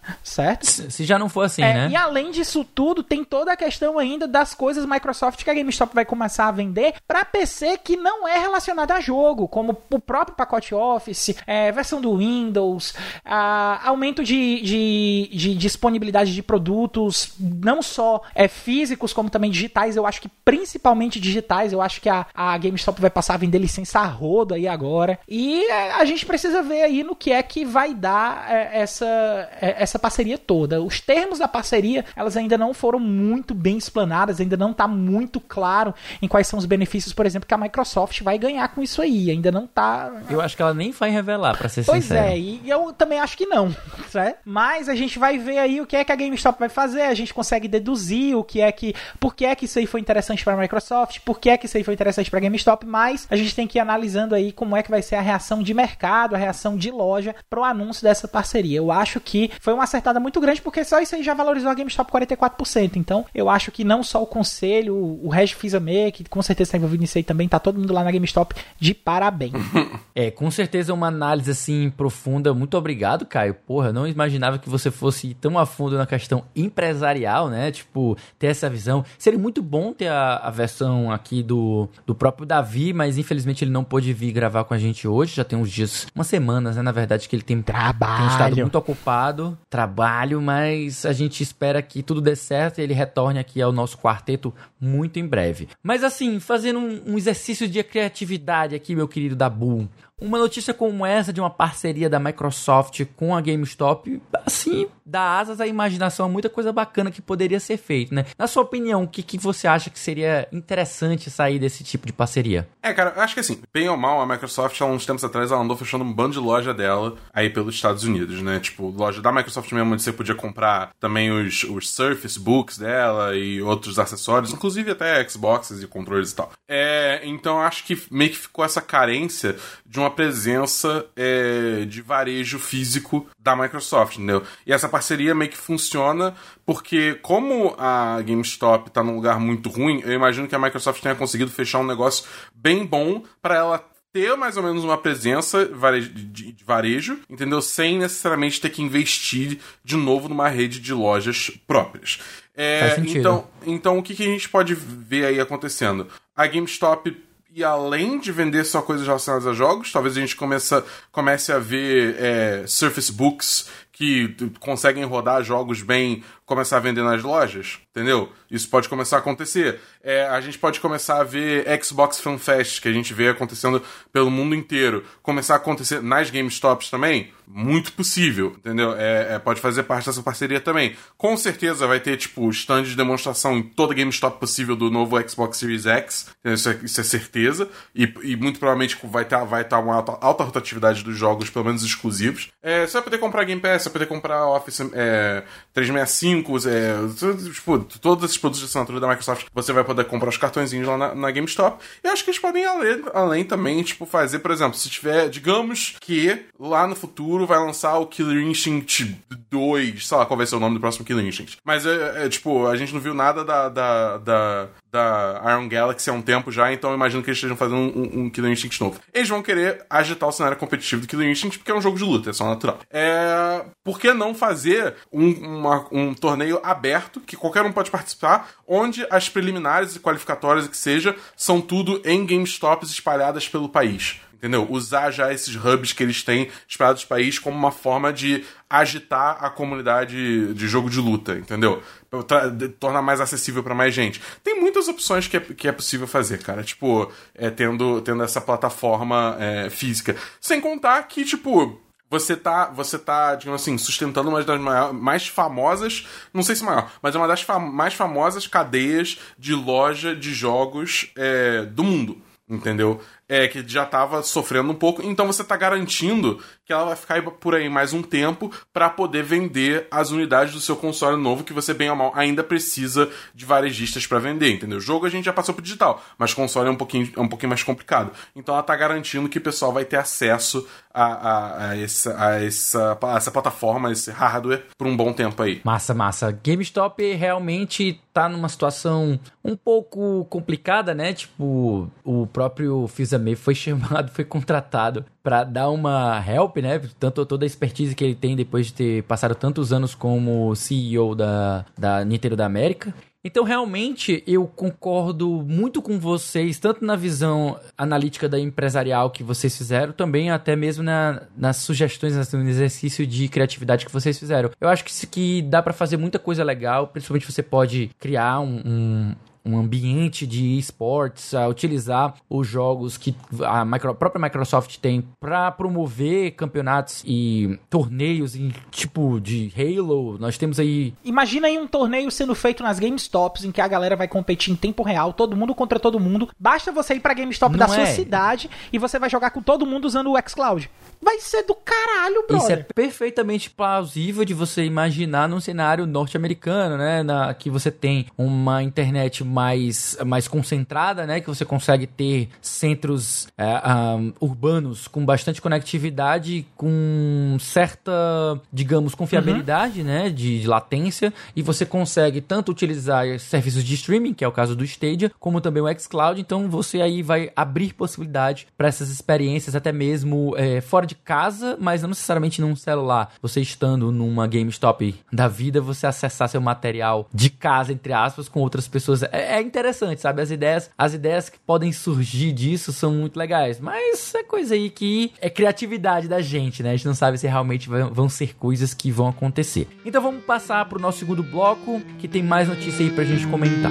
certo? Se já não for assim, é, né? E além disso tudo, tem toda a questão ainda das coisas Microsoft que a GameStop vai começar a vender para P C que não é relacionado a jogo, como o próprio pacote Office, é, versão do Windows, a, aumento de, de, de disponibilidade de produtos, não só é, físicos, como também digitais. Eu acho que principalmente digitais, eu acho que a, a GameStop vai passar a vender licença a rodo aí agora. E é, a gente precisa ver aí no que é que vai dar é, essa, é, essa parceria toda. Os termos da parceria, elas ainda não foram muito bem explanadas, ainda não está muito claro em quais são os benefícios, por exemplo, que a Microsoft vai ganhar com isso aí. Ainda não tá... Eu acho que ela nem vai revelar, pra ser pois sincero. Pois é, e eu também acho que não, certo? Mas a gente vai ver aí o que é que a GameStop vai fazer, a gente consegue deduzir o que é que... por que é que isso aí foi interessante para a Microsoft, por que é que isso aí foi interessante para a GameStop, mas a gente tem que ir analisando aí como é que vai ser a reação de mercado, a reação de loja pro anúncio dessa parceria. Eu acho que foi uma acertada muito grande, porque só isso aí já valorizou a GameStop quarenta e quatro por cento. Então, eu acho que não só o conselho, o Reg Fils-Aimé, que com certeza está envolvido nisso aí também, tá todo mundo lá na GameStop de parabéns. É, com certeza uma análise assim profunda. Muito obrigado, Caio. Porra, eu não imaginava que você fosse ir tão a fundo na questão empresarial, né? Tipo, ter essa visão. Seria muito bom ter a, a versão aqui do, do próprio Davi, mas infelizmente ele não pôde vir gravar com a gente hoje. Já tem uns dias, umas semanas, né? Na verdade, que ele tem, trabalho. tem estado muito ocupado. Trabalho, mas a gente espera que tudo dê certo e ele retorne aqui ao nosso quarteto muito em breve. Mas assim, fazendo um, um exercício de criatividade aqui, meu querido Dabu. Uma notícia como essa de uma parceria da Microsoft com a GameStop, assim, dá asas à imaginação, muita coisa bacana que poderia ser feito, né? Na sua opinião, o que, que você acha que seria interessante sair desse tipo de parceria? É, cara, eu acho que assim, bem ou mal, a Microsoft, há uns tempos atrás, ela andou fechando um bando de loja dela aí pelos Estados Unidos, né? Tipo, loja da Microsoft mesmo, onde você podia comprar também os, os Surface Books dela e outros acessórios, inclusive até Xboxes e controles e tal. É, então eu acho que meio que ficou essa carência de uma presença é, de varejo físico da Microsoft, entendeu? E essa parceria meio que funciona porque, como a GameStop tá num lugar muito ruim, eu imagino que a Microsoft tenha conseguido fechar um negócio bem bom para ela ter mais ou menos uma presença de varejo, entendeu? Sem necessariamente ter que investir de novo numa rede de lojas próprias. É, Faz sentido. Então, então, o que, que a gente pode ver aí acontecendo? A GameStop, e além de vender só coisas relacionadas a jogos, talvez a gente comece, comece a ver é, Surface Books que conseguem rodar jogos bem, começar a vender nas lojas, entendeu? Isso pode começar a acontecer. É, a gente pode começar a ver Xbox Fan Fest, que a gente vê acontecendo pelo mundo inteiro, começar a acontecer nas GameStops também. Muito possível, entendeu? É, é, pode fazer parte dessa parceria também. Com certeza vai ter, tipo, stand de demonstração em toda GameStop possível do novo Xbox Series X. Isso é, isso é certeza. E, e muito provavelmente vai estar vai tá uma alta, alta rotatividade dos jogos, pelo menos exclusivos. É, você vai poder comprar Game Pass, você vai poder comprar Office é, trezentos e sessenta e cinco, é, tipo, todos esses produtos de assinatura da Microsoft, você vai poder comprar os cartõezinhos lá na, na GameStop. E acho que eles podem, além, além também, tipo, fazer, por exemplo, se tiver, digamos que lá no futuro vai lançar o Killer Instinct dois, sei lá qual vai ser o nome do próximo Killer Instinct. Mas, é, é tipo, a gente não viu nada da, da, da, da Iron Galaxy há um tempo já, então eu imagino que eles estejam fazendo um, um Killer Instinct novo. Eles vão querer agitar o cenário competitivo do Killer Instinct, porque é um jogo de luta, é só natural. É... Por que não fazer um, uma, um torneio aberto, que qualquer um pode participar, onde as preliminares e qualificatórias, que seja, são tudo em GameStops espalhadas pelo país? Entendeu? Usar já esses hubs que eles têm espalhados pelo país como uma forma de agitar a comunidade de jogo de luta, entendeu? Tornar mais acessível pra mais gente. Tem muitas opções que é, que é possível fazer, cara. Tipo, é, tendo, tendo essa plataforma é, física. Sem contar que, tipo... Você tá, você tá, digamos assim, sustentando uma das maior, mais famosas, não sei se maior, mas é uma das fam- mais famosas cadeias de loja de jogos é, do mundo, entendeu? É, que já tava sofrendo um pouco, então você tá garantindo que ela vai ficar por aí mais um tempo para poder vender as unidades do seu console novo, que você, bem ou mal, ainda precisa de varejistas para vender, entendeu? O jogo a gente já passou pro digital, mas console é um pouquinho, é um pouquinho mais complicado. Então ela tá garantindo que o pessoal vai ter acesso a, a, a, essa, a, essa, a essa plataforma, a esse hardware, por um bom tempo aí. Massa, massa. GameStop realmente tá numa situação um pouco complicada, né? Tipo, o próprio Fils May foi chamado, foi contratado para dar uma help, né? Tanto toda a expertise que ele tem depois de ter passado tantos anos como C E O da, da Nintendo da América. Então, realmente, eu concordo muito com vocês, tanto na visão analítica da empresarial que vocês fizeram, também até mesmo na, nas sugestões, no exercício de criatividade que vocês fizeram. Eu acho que isso aqui dá para fazer muita coisa legal, principalmente você pode criar um... um um ambiente de esportes, a utilizar os jogos que a, micro, a própria Microsoft tem para promover campeonatos e torneios em tipo de Halo. Nós temos aí... Imagina aí um torneio sendo feito nas GameStops, em que a galera vai competir em tempo real, todo mundo contra todo mundo. Basta você ir pra GameStop Não da é. sua cidade e você vai jogar com todo mundo usando o xCloud. Vai ser do caralho, brother. Isso é perfeitamente plausível de você imaginar num cenário norte-americano, né? Na, que você tem uma internet mais, mais concentrada, né? Que você consegue ter centros é, um, urbanos com bastante conectividade, com certa, digamos, confiabilidade, uhum. né? De, de latência. E você consegue tanto utilizar serviços de streaming, que é o caso do Stadia, como também o xCloud. Então você aí vai abrir possibilidade para essas experiências, até mesmo é, fora de casa, mas não necessariamente num celular. Você estando numa GameStop da vida, você acessar seu material de casa, entre aspas, com outras pessoas. É, é interessante, sabe? As ideias, as ideias que podem surgir disso são muito legais, mas é coisa aí que é criatividade da gente, né? A gente não sabe se realmente vão ser coisas que vão acontecer. Então vamos passar pro nosso segundo bloco, que tem mais notícia aí pra gente comentar.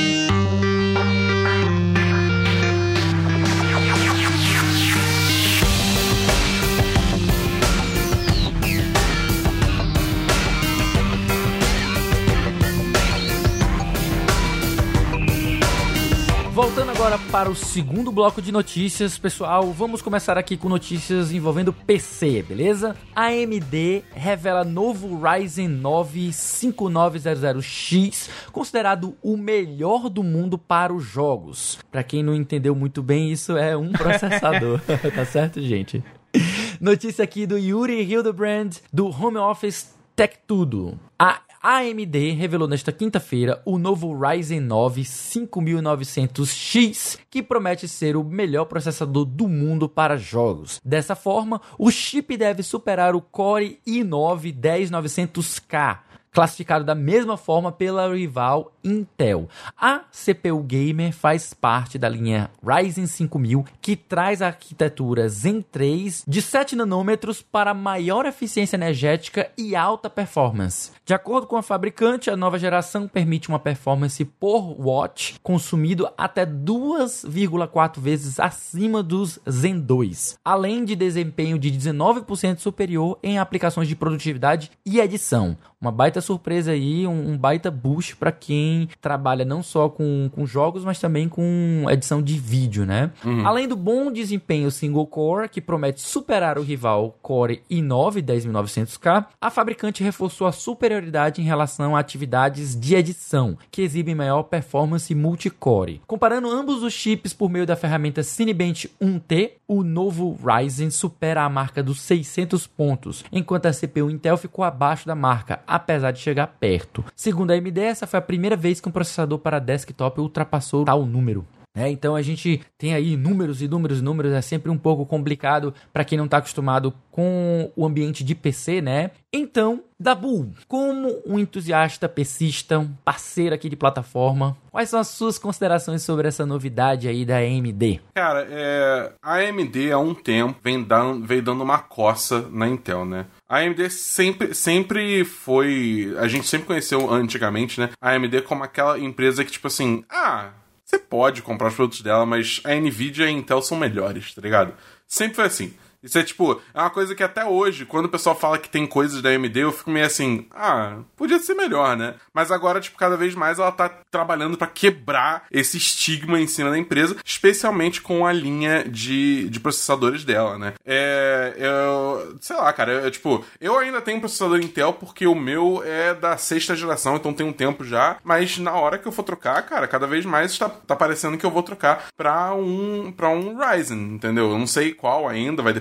Voltando agora para o segundo bloco de notícias, pessoal, vamos começar aqui com notícias envolvendo P C, beleza? A A M D revela novo Ryzen nove cinco nove zero zero X, considerado o melhor do mundo para os jogos. Para quem não entendeu muito bem, isso é um processador, tá certo, gente? Notícia aqui do Yuri Hildebrand, do Home Office Tech Tudo. A A M D revelou nesta quinta-feira o novo Ryzen nove cinco mil e novecentos X, que promete ser o melhor processador do mundo para jogos. Dessa forma, o chip deve superar o Core i nove dez mil e novecentos K, classificado da mesma forma pela rival Intel. A C P U Gamer faz parte da linha Ryzen cinco mil, que traz a arquitetura Zen três de sete nanômetros para maior eficiência energética e alta performance. De acordo com a fabricante, a nova geração permite uma performance por watt consumido até duas vírgula quatro vezes acima dos Zen dois, além de desempenho de dezenove por cento superior em aplicações de produtividade e edição. Uma baita surpresa aí, um, um baita boost para quem trabalha não só com, com jogos, mas também com edição de vídeo, né? Uhum. Além do bom desempenho single core, que promete superar o rival Core i nove dez mil e novecentos K, a fabricante reforçou a superioridade em relação a atividades de edição, que exibem maior performance multicore. Comparando ambos os chips por meio da ferramenta Cinebench um T, o novo Ryzen supera a marca dos seiscentos pontos, enquanto a C P U Intel ficou abaixo da marca, apesar de chegar perto. Segundo a A M D, essa foi a primeira vez que um processador para desktop ultrapassou tal número. É, então a gente tem aí números e números e números, é sempre um pouco complicado para quem não está acostumado com o ambiente de P C, né? Então, Dabu, como um entusiasta PCista, um parceiro aqui de plataforma, quais são as suas considerações sobre essa novidade aí da A M D? Cara, é, a A M D há um tempo vem dando, vem dando uma coça na Intel, né? A A M D sempre, sempre foi... A gente sempre conheceu antigamente, né? A A M D como aquela empresa que, tipo assim... Ah, você pode comprar os produtos dela, mas a Nvidia e a Intel são melhores, tá ligado? Sempre foi assim. Isso é tipo, é uma coisa que até hoje, quando o pessoal fala que tem coisas da A M D, eu fico meio assim, ah, podia ser melhor, né? Mas agora, tipo, cada vez mais ela tá trabalhando pra quebrar esse estigma em cima da empresa, especialmente com a linha de, de processadores dela, né? É, eu, sei lá, cara, eu, tipo, eu ainda tenho processador Intel porque o meu é da sexta geração, então tem um tempo já, mas na hora que eu for trocar, cara, cada vez mais tá, tá parecendo que eu vou trocar pra um, pra um Ryzen, entendeu? Eu não sei qual ainda, vai depender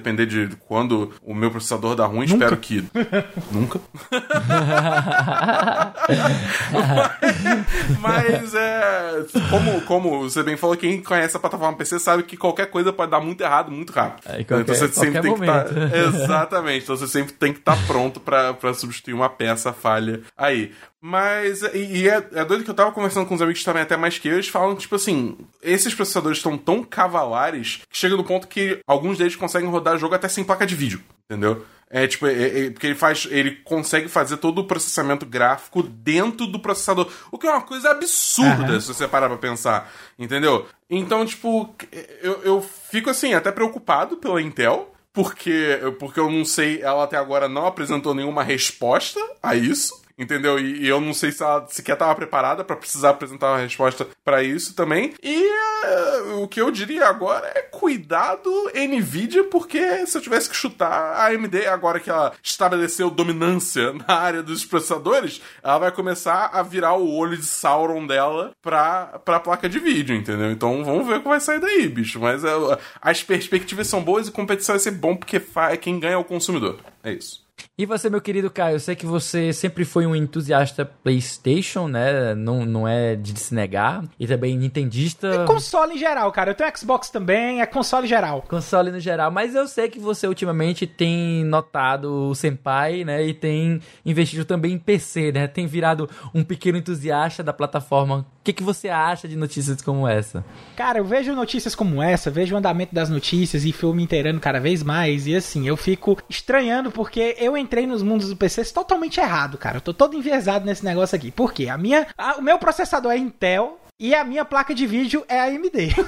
depender de quando o meu processador dá ruim, nunca. Espero que... Nunca? mas, mas é... Como, como você bem falou, quem conhece a plataforma P C sabe que qualquer coisa pode dar muito errado, muito rápido. É, qualquer, então você sempre tem momento. que estar... Exatamente. Então você sempre tem que estar pronto pra, pra substituir uma peça falha aí. Mas, e, e é, é doido que eu tava conversando com uns amigos também até mais que eu, eles falam, tipo assim, esses processadores estão tão cavalares que chega no ponto que alguns deles conseguem rodar jogo até sem placa de vídeo, entendeu? É tipo, é, é, porque ele faz, ele consegue fazer todo o processamento gráfico dentro do processador, o que é uma coisa absurda, uhum. se você parar pra pensar, entendeu? Então, tipo, eu, eu fico assim, até preocupado pela Intel, porque, porque eu não sei, ela até agora não apresentou nenhuma resposta a isso. Entendeu? E, e eu não sei se ela sequer estava preparada para precisar apresentar uma resposta para isso também. E uh, o que eu diria agora é cuidado NVIDIA, porque se eu tivesse que chutar, a A M D, agora que ela estabeleceu dominância na área dos processadores, ela vai começar a virar o olho de Sauron dela pra, pra placa de vídeo, entendeu? Então vamos ver o que vai sair daí, bicho. Mas uh, as perspectivas são boas e competição vai ser bom, porque fa- quem ganha é o consumidor. É isso. E você, meu querido Caio, eu sei que você sempre foi um entusiasta PlayStation, né? Não, não é de se negar. E também nintendista. É console em geral, cara. Eu tenho Xbox também, é console em geral. Console no geral. Mas eu sei que você ultimamente tem notado o Senpai, né? E tem investido também em P C, né? Tem virado um pequeno entusiasta da plataforma. O que, que você acha de notícias como essa? Cara, eu vejo notícias como essa, vejo o andamento das notícias e fui me inteirando cada vez mais. E assim, eu fico estranhando porque eu entrei nos mundos do P C totalmente errado, cara. Eu tô todo enviesado nesse negócio aqui. Por quê? A minha, a, o meu processador é Intel e a minha placa de vídeo é A M D.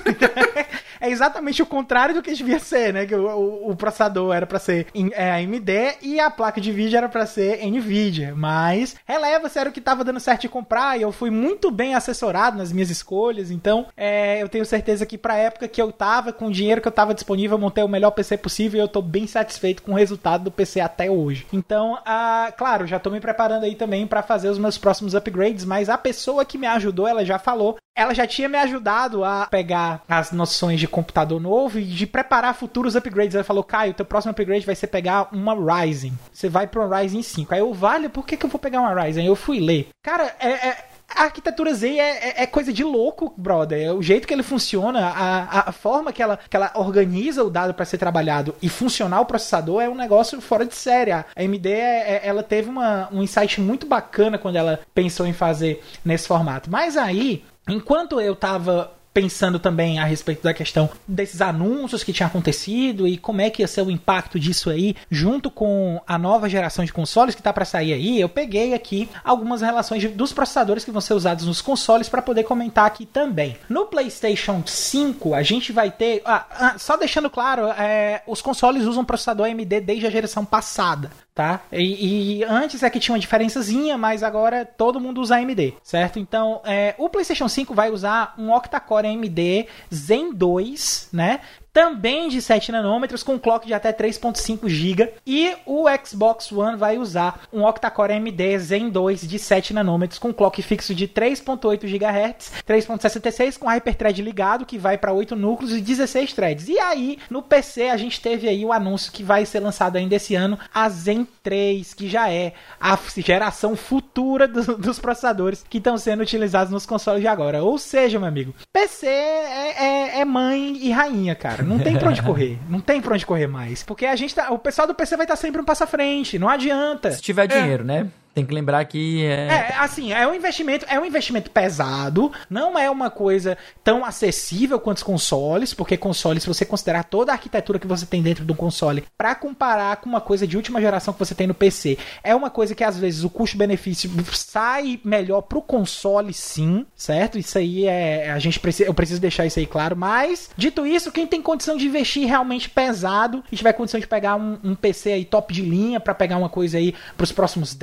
É exatamente o contrário do que devia ser, né? Que o, o, o processador era pra ser é, A M D e a placa de vídeo era pra ser Nvidia. Mas releva-se, era o que tava dando certo de comprar e eu fui muito bem assessorado nas minhas escolhas. Então, é, eu tenho certeza que pra época que eu tava, com o dinheiro que eu tava disponível, eu montei o melhor P C possível e eu tô bem satisfeito com o resultado do P C até hoje. Então, ah, claro, já tô me preparando aí também pra fazer os meus próximos upgrades, mas a pessoa que me ajudou, ela já falou, ela já tinha me ajudado a pegar as noções de computador novo e de preparar futuros upgrades. Ela falou, Caio, teu próximo upgrade vai ser pegar uma Ryzen. Você vai pra uma Ryzen cinco. Aí eu, vale, por que que eu vou pegar uma Ryzen? Eu fui ler. Cara, é... é... a arquitetura Zen é, é, é coisa de louco, brother. O jeito que ele funciona, a, a forma que ela, que ela organiza o dado para ser trabalhado e funcionar o processador é um negócio fora de série. A A M D, é, é, ela teve uma, um insight muito bacana quando ela pensou em fazer nesse formato. Mas aí, enquanto eu tava pensando também a respeito da questão desses anúncios que tinham acontecido e como é que ia ser o impacto disso aí, junto com a nova geração de consoles que tá para sair aí, eu peguei aqui algumas relações de, dos processadores que vão ser usados nos consoles para poder comentar aqui também. No PlayStation cinco, a gente vai ter... Ah, ah, só deixando claro, é, os consoles usam processador A M D desde a geração passada, tá? E, e antes é que tinha uma diferençazinha, mas agora todo mundo usa A M D, certo? Então, é, o PlayStation cinco vai usar um octa-core A M D Zen dois, né? Também de sete nanômetros, com clock de até três ponto cinco gigabytes. E o Xbox One vai usar um octa-core A M D Zen dois de sete nanômetros, com clock fixo de três ponto oito gigahertz, três ponto sessenta e seis, com Hyperthread ligado, que vai para oito núcleos e dezesseis threads. E aí, no P C, a gente teve aí o anúncio que vai ser lançado ainda esse ano, a Zen três, que já é a geração futura do, dos processadores que estão sendo utilizados nos consoles de agora. Ou seja, meu amigo, P C é, é, é mãe e rainha, cara. Não tem pra onde correr. Não tem pra onde correr mais. Porque a gente tá... O pessoal do P C vai estar sempre um passo à frente. Não adianta. Se tiver dinheiro, é. né? Tem que lembrar que é... É, assim, é um investimento, é um investimento pesado, não é uma coisa tão acessível quanto os consoles, porque consoles, se você considerar toda a arquitetura que você tem dentro do console, pra comparar com uma coisa de última geração que você tem no P C, é uma coisa que às vezes o custo-benefício sai melhor pro console, sim, certo? Isso aí é... A gente precisa, eu preciso deixar isso aí claro, mas, dito isso, quem tem condição de investir realmente pesado e tiver condição de pegar um, um P C aí top de linha pra pegar uma coisa aí pros próximos dez,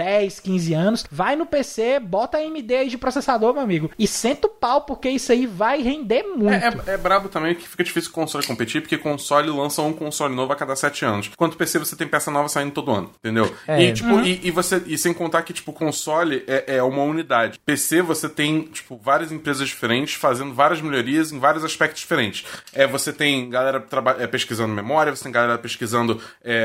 quinze anos, vai no P C, bota a A M D aí de processador, meu amigo, e senta o pau, porque isso aí vai render muito. É, é, é brabo também que fica difícil o console competir, porque console lança um console novo a cada sete anos. Enquanto P C você tem peça nova saindo todo ano, entendeu? É. E, tipo, uhum. e, e, você, e sem contar que, tipo, console é, é uma unidade. P C você tem, tipo, várias empresas diferentes fazendo várias melhorias em vários aspectos diferentes. É, você tem galera traba- é, pesquisando memória, você tem galera pesquisando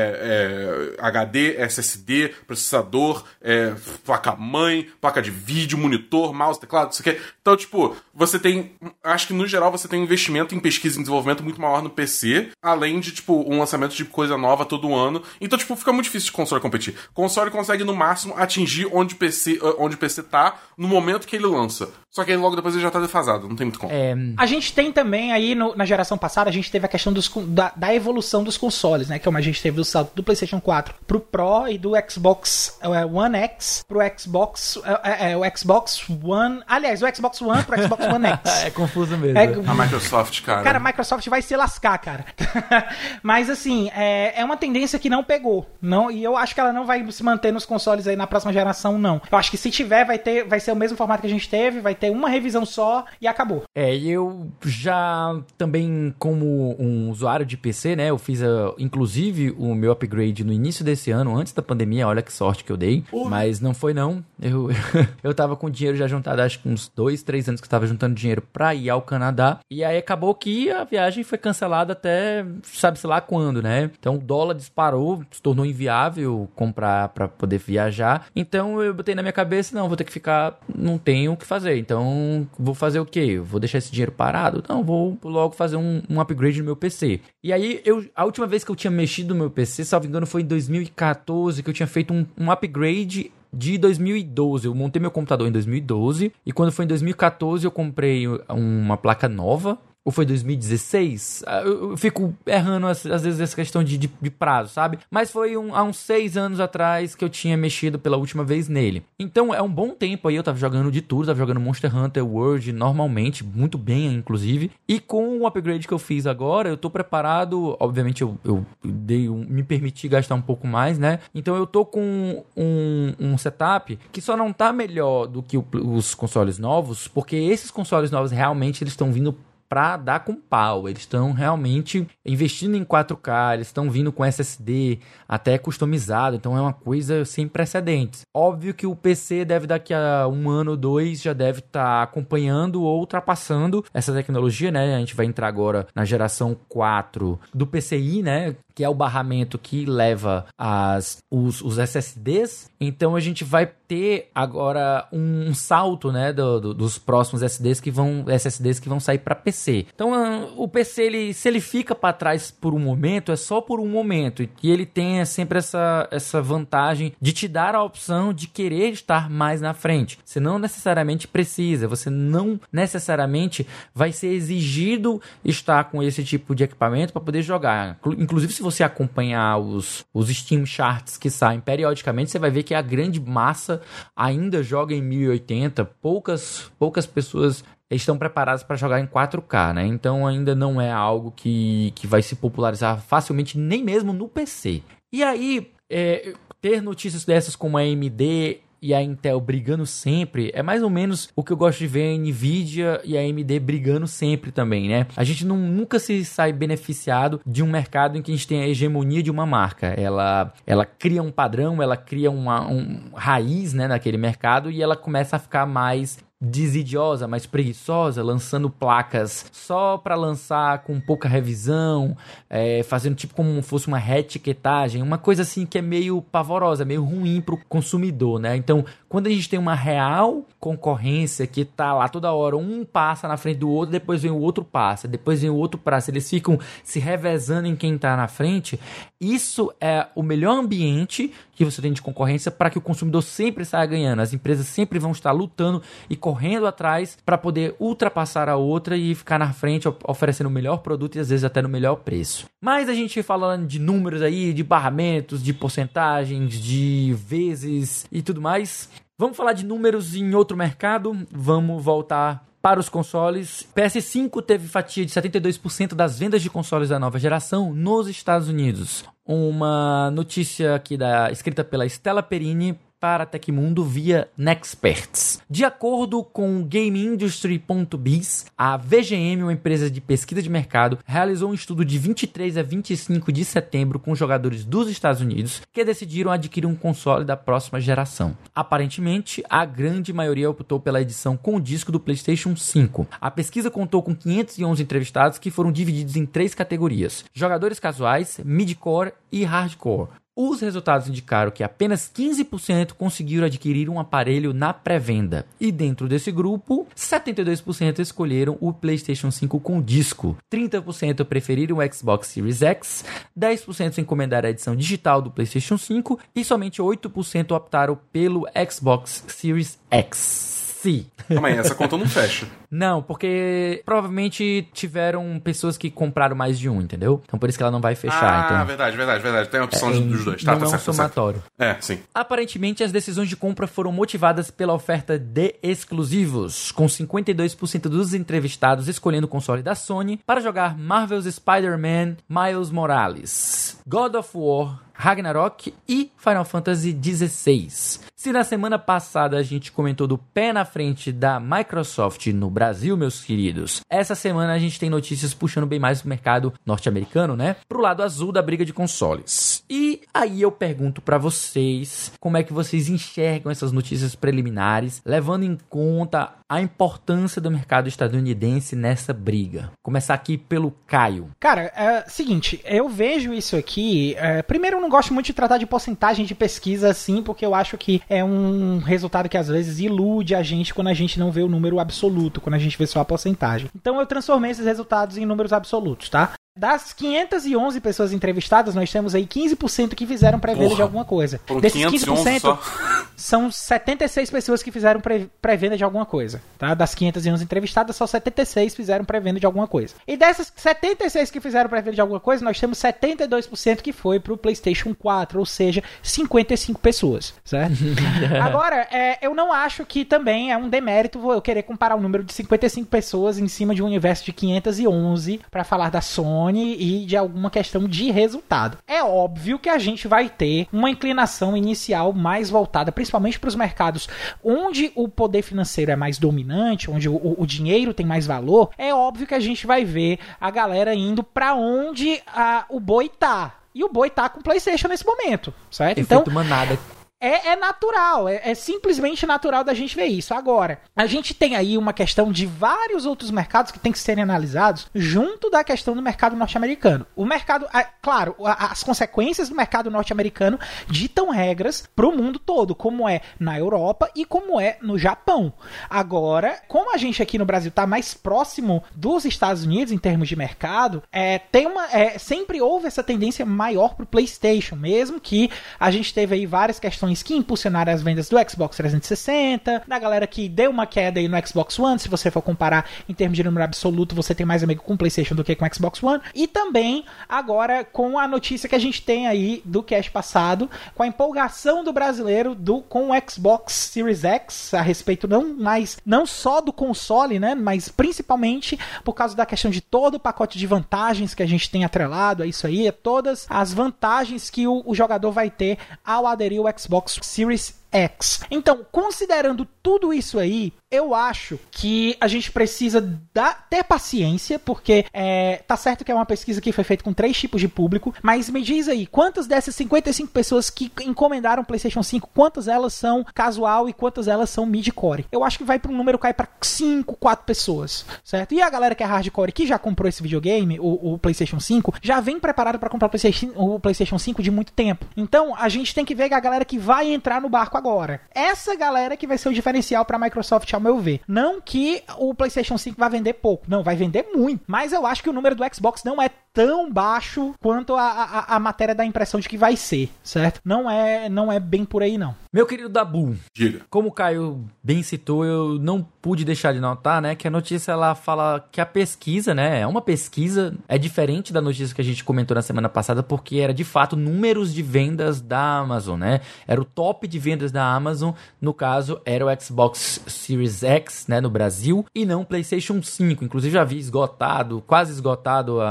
é, é, H D, S S D, processador, é, placa-mãe, placa de vídeo, monitor, mouse, teclado, isso aqui. Então, tipo, você tem... Acho que, no geral, você tem um investimento em pesquisa e desenvolvimento muito maior no P C, além de, tipo, um lançamento de coisa nova todo ano. Então, tipo, fica muito difícil de console competir. Console consegue, no máximo, atingir onde o P C, onde o P C tá no momento que ele lança. Só que aí logo depois ele já tá defasado, não tem muito como. É... A gente tem também aí, no, na geração passada, a gente teve a questão dos, da, da evolução dos consoles, né? Que é uma a gente teve do salto do PlayStation quatro pro Pro e do Xbox é, One X pro Xbox... É, é, o Xbox One... Aliás, o Xbox One pro Xbox One X. É confuso mesmo. É, a Microsoft, cara. Cara, a Microsoft vai se lascar, cara. Mas, assim, é, é uma tendência que não pegou. Não, e eu acho que ela não vai se manter nos consoles aí na próxima geração, não. Eu acho que se tiver, vai, ter, vai ser o mesmo formato que a gente teve, vai ter uma revisão só e acabou. É, e eu já também, como um usuário de P C, né, eu fiz, a, inclusive, o meu upgrade no início desse ano, antes da pandemia, olha que sorte que eu dei, uhum. Mas não foi não, eu, eu tava com dinheiro já juntado, acho que uns dois, três anos que eu tava juntando dinheiro pra ir ao Canadá, e aí acabou que a viagem foi cancelada até, sabe-se lá quando, né, então o dólar disparou, se tornou inviável comprar pra poder viajar, então eu botei na minha cabeça, não, vou ter que ficar, não tenho o que fazer, então vou fazer o quê? Vou deixar esse dinheiro parado? Não, vou logo fazer um, um upgrade no meu P C. E aí, eu, a última vez que eu tinha mexido no meu P C, salvo engano, foi em dois mil e catorze, que eu tinha feito um, um upgrade de dois mil e doze. Eu montei meu computador em dois mil e doze, e quando foi em dois mil e catorze eu comprei uma placa nova. Ou foi dois mil e dezesseis? Eu fico errando, às vezes, essa questão de, de, de prazo, sabe? Mas foi um, há uns seis anos atrás que eu tinha mexido pela última vez nele. Então, é um bom tempo aí. Eu tava jogando de tudo. Tava jogando Monster Hunter World normalmente. Muito bem, inclusive. E com o upgrade que eu fiz agora, eu tô preparado. Obviamente, eu, eu dei um, me permiti gastar um pouco mais, né? Então, eu tô com um, um setup que só não tá melhor do que o, os consoles novos, porque esses consoles novos, realmente, eles estão vindo para dar com pau, eles estão realmente investindo em quatro K, eles estão vindo com S S D até customizado, então é uma coisa sem precedentes. Óbvio que o P C deve daqui a um ano ou dois já deve estar tá acompanhando ou ultrapassando essa tecnologia, né? A gente vai entrar agora na geração quatro do P C I, né? Que é o barramento que leva as, os, os S S Ds. Então a gente vai ter agora um, um salto, né, do, do, dos próximos S S Ds que vão, S S Ds que vão sair para P C. Então o P C, ele, se ele fica para trás por um momento, é só por um momento. E ele tem sempre essa, essa vantagem de te dar a opção de querer estar mais na frente. Você não necessariamente precisa, você não necessariamente vai ser exigido estar com esse tipo de equipamento para poder jogar. Inclusive, se você acompanhar os, os Steam Charts que saem periodicamente, você vai ver que a grande massa ainda joga em mil e oitenta. Poucas, poucas pessoas estão preparadas para jogar em quatro K, né? Então ainda não é algo que, que vai se popularizar facilmente, nem mesmo no P C. E aí, é, ter notícias dessas como a A M D e a Intel brigando sempre, é mais ou menos o que eu gosto de ver a Nvidia e a A M D brigando sempre também, né? A gente não, nunca se sai beneficiado de um mercado em que a gente tem a hegemonia de uma marca. Ela, ela cria um padrão, ela cria uma um, raiz, né, naquele mercado, e ela começa a ficar mais desidiosa, mais preguiçosa, lançando placas só para lançar com pouca revisão, é, fazendo tipo como fosse uma reetiquetagem, uma coisa assim que é meio pavorosa, meio ruim para o consumidor, né? Então, quando a gente tem uma real concorrência que tá lá toda hora, um passa na frente do outro, depois vem o outro passa, depois vem o outro passa, eles ficam se revezando em quem tá na frente, isso é o melhor ambiente que você tem de concorrência para que o consumidor sempre saia ganhando. As empresas sempre vão estar lutando e correndo atrás para poder ultrapassar a outra e ficar na frente oferecendo o melhor produto e às vezes até no melhor preço. Mas a gente falando de números aí, de barramentos, de porcentagens, de vezes e tudo mais, vamos falar de números em outro mercado, vamos voltar para os consoles. P S cinco teve fatia de setenta e dois por cento das vendas de consoles da nova geração nos Estados Unidos. Uma notícia aqui da, escrita pela Stella Perini para Tecmundo via Nexperts. De acordo com GameIndustry ponto biz, a V G M, uma empresa de pesquisa de mercado, realizou um estudo de vinte e três a vinte e cinco de setembro com jogadores dos Estados Unidos que decidiram adquirir um console da próxima geração. Aparentemente, a grande maioria optou pela edição com disco do PlayStation cinco. A pesquisa contou com quinhentos e onze entrevistados que foram divididos em três categorias: jogadores casuais, midcore e hardcore. Os resultados indicaram que apenas quinze por cento conseguiram adquirir um aparelho na pré-venda. E dentro desse grupo, setenta e dois por cento escolheram o PlayStation cinco com disco, trinta por cento preferiram o Xbox Series X, dez por cento encomendaram a edição digital do PlayStation cinco e somente oito por cento optaram pelo Xbox Series X. Sim. Calma aí, essa conta não fecha. Não, porque provavelmente tiveram pessoas que compraram mais de um, entendeu? Então por isso que ela não vai fechar. Ah, então... verdade, verdade, verdade. Tem a opção é, de, dos dois. Tá, não tá é um certo, tá somatório. certo. É, sim. Aparentemente, as decisões de compra foram motivadas pela oferta de exclusivos, com cinquenta e dois por cento dos entrevistados escolhendo o console da Sony para jogar Marvel's Spider-Man Miles Morales, God of War Ragnarok e Final Fantasy dezesseis. Se na semana passada a gente comentou do pé na frente da Microsoft no Brasil, meus queridos, essa semana a gente tem notícias puxando bem mais pro mercado norte-americano, né? Pro lado azul da briga de consoles. E aí eu pergunto pra vocês, como é que vocês enxergam essas notícias preliminares, levando em conta a importância do mercado estadunidense nessa briga? Começar aqui pelo Caio. Cara, é seguinte, eu vejo isso aqui, é, primeiro eu não gosto muito de tratar de porcentagem de pesquisa assim, porque eu acho que é um resultado que às vezes ilude a gente quando a gente não vê o número absoluto, quando a gente vê só a porcentagem. Então eu transformei esses resultados em números absolutos, tá? Das quinhentas e onze pessoas entrevistadas, nós temos aí quinze por cento que fizeram pré-venda de alguma coisa. Desses quinze por cento, só. São setenta e seis pessoas que fizeram pré-venda de alguma coisa. Tá? Das quinhentas e onze entrevistadas, só setenta e seis fizeram pré-venda de alguma coisa. E dessas setenta e seis que fizeram pré-venda de alguma coisa, nós temos setenta e dois por cento que foi pro PlayStation quatro, ou seja, cinquenta e cinco pessoas, certo? Agora, é, eu não acho que também é um demérito eu querer comparar o número de cinquenta e cinco pessoas em cima de um universo de quinhentas e onze para falar da Sony e de alguma questão de resultado. É óbvio que a gente vai ter uma inclinação inicial mais voltada, principalmente para os mercados onde o poder financeiro é mais dominante, onde o, o dinheiro tem mais valor. É óbvio que a gente vai ver a galera indo para onde a, o boi tá. E o boi tá com o PlayStation nesse momento, certo? Efeito Então, manada. É, é natural, é, é simplesmente natural da gente ver isso. Agora, a gente tem aí uma questão de vários outros mercados que tem que serem analisados junto da questão do mercado norte-americano. O mercado, é, claro, a, as consequências do mercado norte-americano ditam regras para o mundo todo, como é na Europa e como é no Japão. Agora, como a gente aqui no Brasil está mais próximo dos Estados Unidos em termos de mercado, é, tem uma, é, sempre houve essa tendência maior para o PlayStation, mesmo que a gente teve aí várias questões que impulsionaram as vendas do Xbox trezentos e sessenta, da galera que deu uma queda aí no Xbox One. Se você for comparar em termos de número absoluto, você tem mais amigo com o PlayStation do que com o Xbox One. E também agora com a notícia que a gente tem aí do cast passado, com a empolgação do brasileiro do, com o Xbox Series X, a respeito não mais, não só do console, né, mas principalmente por causa da questão de todo o pacote de vantagens que a gente tem atrelado a isso aí, a todas as vantagens que o, o jogador vai ter ao aderir ao Xbox Series X. Então, considerando tudo isso aí, eu acho que a gente precisa da, ter paciência, porque é, tá certo que é uma pesquisa que foi feita com três tipos de público, mas me diz aí, quantas dessas cinquenta e cinco pessoas que encomendaram o PlayStation cinco, quantas elas são casual e quantas elas são mid-core? Eu acho que vai para um número cair para cinco, quatro pessoas, certo? E a galera que é hardcore, que já comprou esse videogame, o, o PlayStation cinco, já vem preparado para comprar o PlayStation, o PlayStation cinco de muito tempo. Então, a gente tem que ver que a galera que vai entrar no barco agora. Essa galera que vai ser o diferencial para a Microsoft, ao meu ver. Não que o PlayStation cinco vai vender pouco. Não, vai vender muito. Mas eu acho que o número do Xbox não é tão baixo quanto a, a, a matéria dá a impressão de que vai ser, certo? Não é, não é bem por aí, não. Meu querido Dabu, diga. Como o Caio bem citou, eu não pude deixar de notar, né, que a notícia ela fala que a pesquisa, né, é uma pesquisa, é diferente da notícia que a gente comentou na semana passada, porque era de fato números de vendas da Amazon, né? Era o top de vendas da Amazon, no caso era o Xbox Series X, né, no Brasil, e não o PlayStation cinco. Inclusive já vi esgotado, quase esgotado a, a,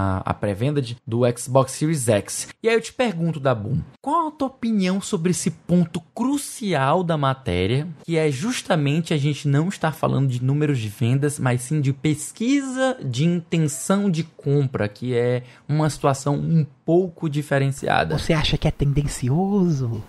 a, a pré-venda de, do Xbox Series X. E aí eu te pergunto, Dabu, qual a tua opinião sobre esse ponto crucial da matéria, que é justamente a gente não estar falando de números de vendas, mas sim de pesquisa de intenção de compra, que é uma situação um pouco diferenciada. Você acha que é tendencioso?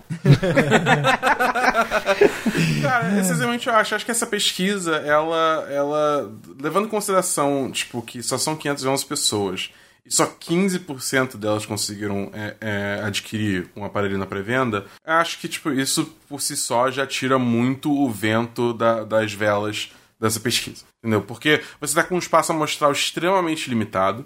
Cara, essencialmente eu acho, acho que essa pesquisa, ela, ela, levando em consideração, tipo, que só são quinhentas e onze pessoas, e só quinze por cento delas conseguiram é, é, adquirir um aparelho na pré-venda, eu acho que, tipo, isso por si só já tira muito o vento da, das velas dessa pesquisa, entendeu? Porque você tá com um espaço amostral extremamente limitado,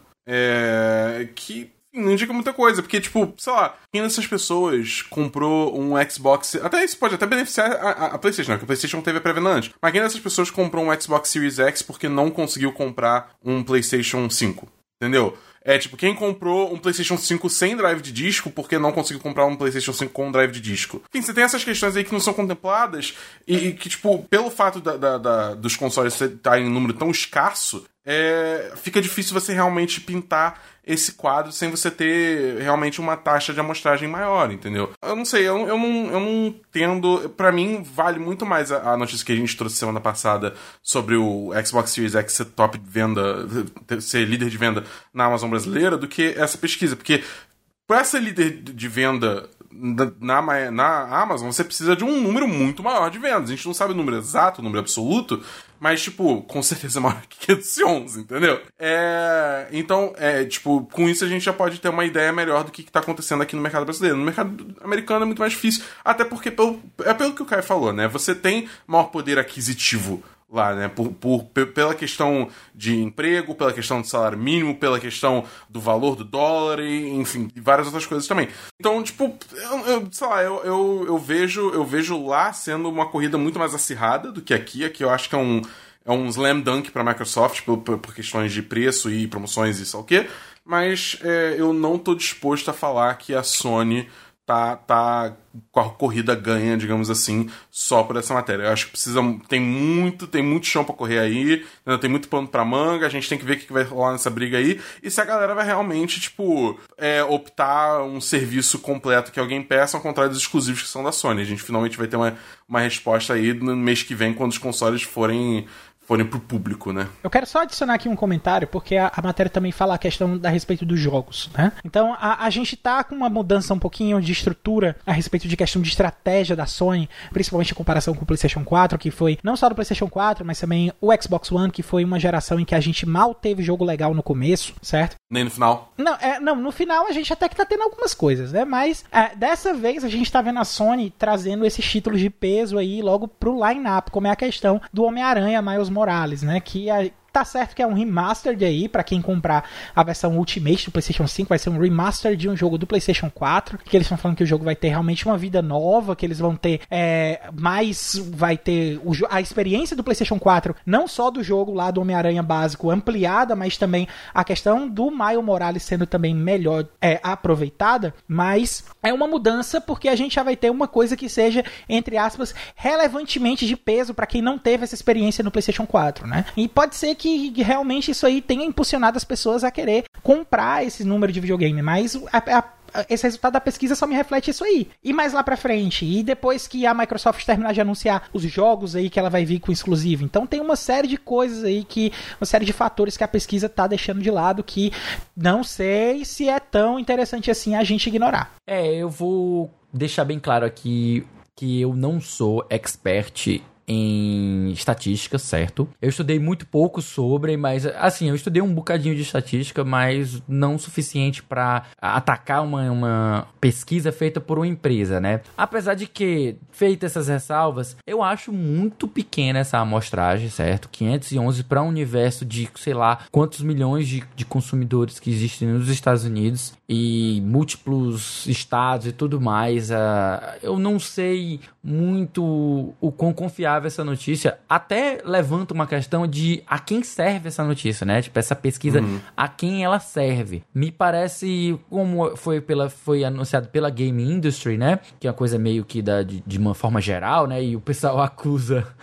é, que não indica muita coisa, porque, tipo, sei lá, quem dessas pessoas comprou um Xbox... Até isso pode até beneficiar a, a, a PlayStation, né? Porque a PlayStation teve a pré-venda antes. Mas quem dessas pessoas comprou um Xbox Series X porque não conseguiu comprar um PlayStation cinco? Entendeu? É, tipo, quem comprou um PlayStation cinco sem drive de disco porque não conseguiu comprar um PlayStation cinco com drive de disco? Enfim, você tem essas questões aí que não são contempladas e, e que, tipo, pelo fato da, da, da, dos consoles estarem em um número tão escasso, é, fica difícil você realmente pintar esse quadro sem você ter realmente uma taxa de amostragem maior, entendeu? Eu não sei, eu, eu, não, eu não tendo... Pra mim, vale muito mais a, a notícia que a gente trouxe semana passada sobre o Xbox Series X ser top de venda, ser líder de venda na Amazon brasileira, do que essa pesquisa, porque pra ser líder de venda na, na, na Amazon, você precisa de um número muito maior de vendas. A gente não sabe o número exato, o número absoluto, mas, tipo, com certeza maior que quinhentos e onze, entendeu? É, então, é, tipo, com isso a gente já pode ter uma ideia melhor do que, que tá acontecendo aqui no mercado brasileiro. No mercado americano é muito mais difícil, até porque, pelo, é pelo que o Caio falou, né? Você tem maior poder aquisitivo lá, né? Por, por, pela questão de emprego, pela questão do salário mínimo, pela questão do valor do dólar, e, enfim, e várias outras coisas também. Então, tipo, eu, eu, sei lá, eu, eu, eu, vejo, eu vejo lá sendo uma corrida muito mais acirrada do que aqui. Aqui eu acho que é um, é um slam dunk pra Microsoft por, por, por questões de preço e promoções e sei lá o quê. Mas é, eu não tô disposto a falar que a Sony tá, tá com a corrida ganha, digamos assim, só por essa matéria. Eu acho que precisa, tem muito, tem muito chão pra correr aí, né? Tem muito pano pra manga, a gente tem que ver o que vai rolar nessa briga aí, e se a galera vai realmente, tipo, é, optar um serviço completo que alguém peça, ao contrário dos exclusivos que são da Sony. A gente finalmente vai ter uma, uma resposta aí no mês que vem, quando os consoles forem... forem pro público, né? Eu quero só adicionar aqui um comentário, porque a, a matéria também fala a questão da respeito dos jogos, né? Então, a, a gente tá com uma mudança um pouquinho de estrutura a respeito de questão de estratégia da Sony, principalmente em comparação com o PlayStation quatro, que foi não só do PlayStation quatro, mas também o Xbox One, que foi uma geração em que a gente mal teve jogo legal no começo, certo? Nem no final? Não, é, não no final a gente até que tá tendo algumas coisas, né? Mas é, dessa vez a gente tá vendo a Sony trazendo esses títulos de peso aí logo pro line-up, como é a questão do Homem-Aranha Miles Morales, né, que a, tá certo que é um remastered aí, pra quem comprar a versão Ultimate do PlayStation cinco, vai ser um remaster de um jogo do PlayStation quatro, que eles estão falando que o jogo vai ter realmente uma vida nova, que eles vão ter é, mais, vai ter o, a experiência do PlayStation quatro, não só do jogo lá do Homem-Aranha básico ampliada, mas também a questão do Miles Morales sendo também melhor é, aproveitada, mas é uma mudança porque a gente já vai ter uma coisa que seja, entre aspas, relevantemente de peso pra quem não teve essa experiência no PlayStation quatro, né? E pode ser que que realmente isso aí tenha impulsionado as pessoas a querer comprar esse número de videogame, mas a, a, esse resultado da pesquisa só me reflete isso aí. E mais lá pra frente, e depois que a Microsoft terminar de anunciar os jogos aí que ela vai vir com exclusivo. Então tem uma série de coisas aí, que uma série de fatores que a pesquisa tá deixando de lado, que não sei se é tão interessante assim a gente ignorar. É, eu vou deixar bem claro aqui que eu não sou expert em estatística, certo? Eu estudei muito pouco sobre, mas assim, eu estudei um bocadinho de estatística, mas não o suficiente para atacar uma, uma pesquisa feita por uma empresa, né? Apesar de que, feitas essas ressalvas, eu acho muito pequena essa amostragem, certo? quinhentos e onze para um universo de, sei lá, quantos milhões de, de consumidores que existem nos Estados Unidos e múltiplos estados e tudo mais. Uh, eu não sei muito o quão confiável essa notícia, até levanta uma questão de a quem serve essa notícia, né? Tipo, essa pesquisa, uhum. a quem ela serve. Me parece, como foi, pela, foi anunciado pela Game Industry, né? Que é uma coisa meio que da, de, de uma forma geral, né? E o pessoal acusa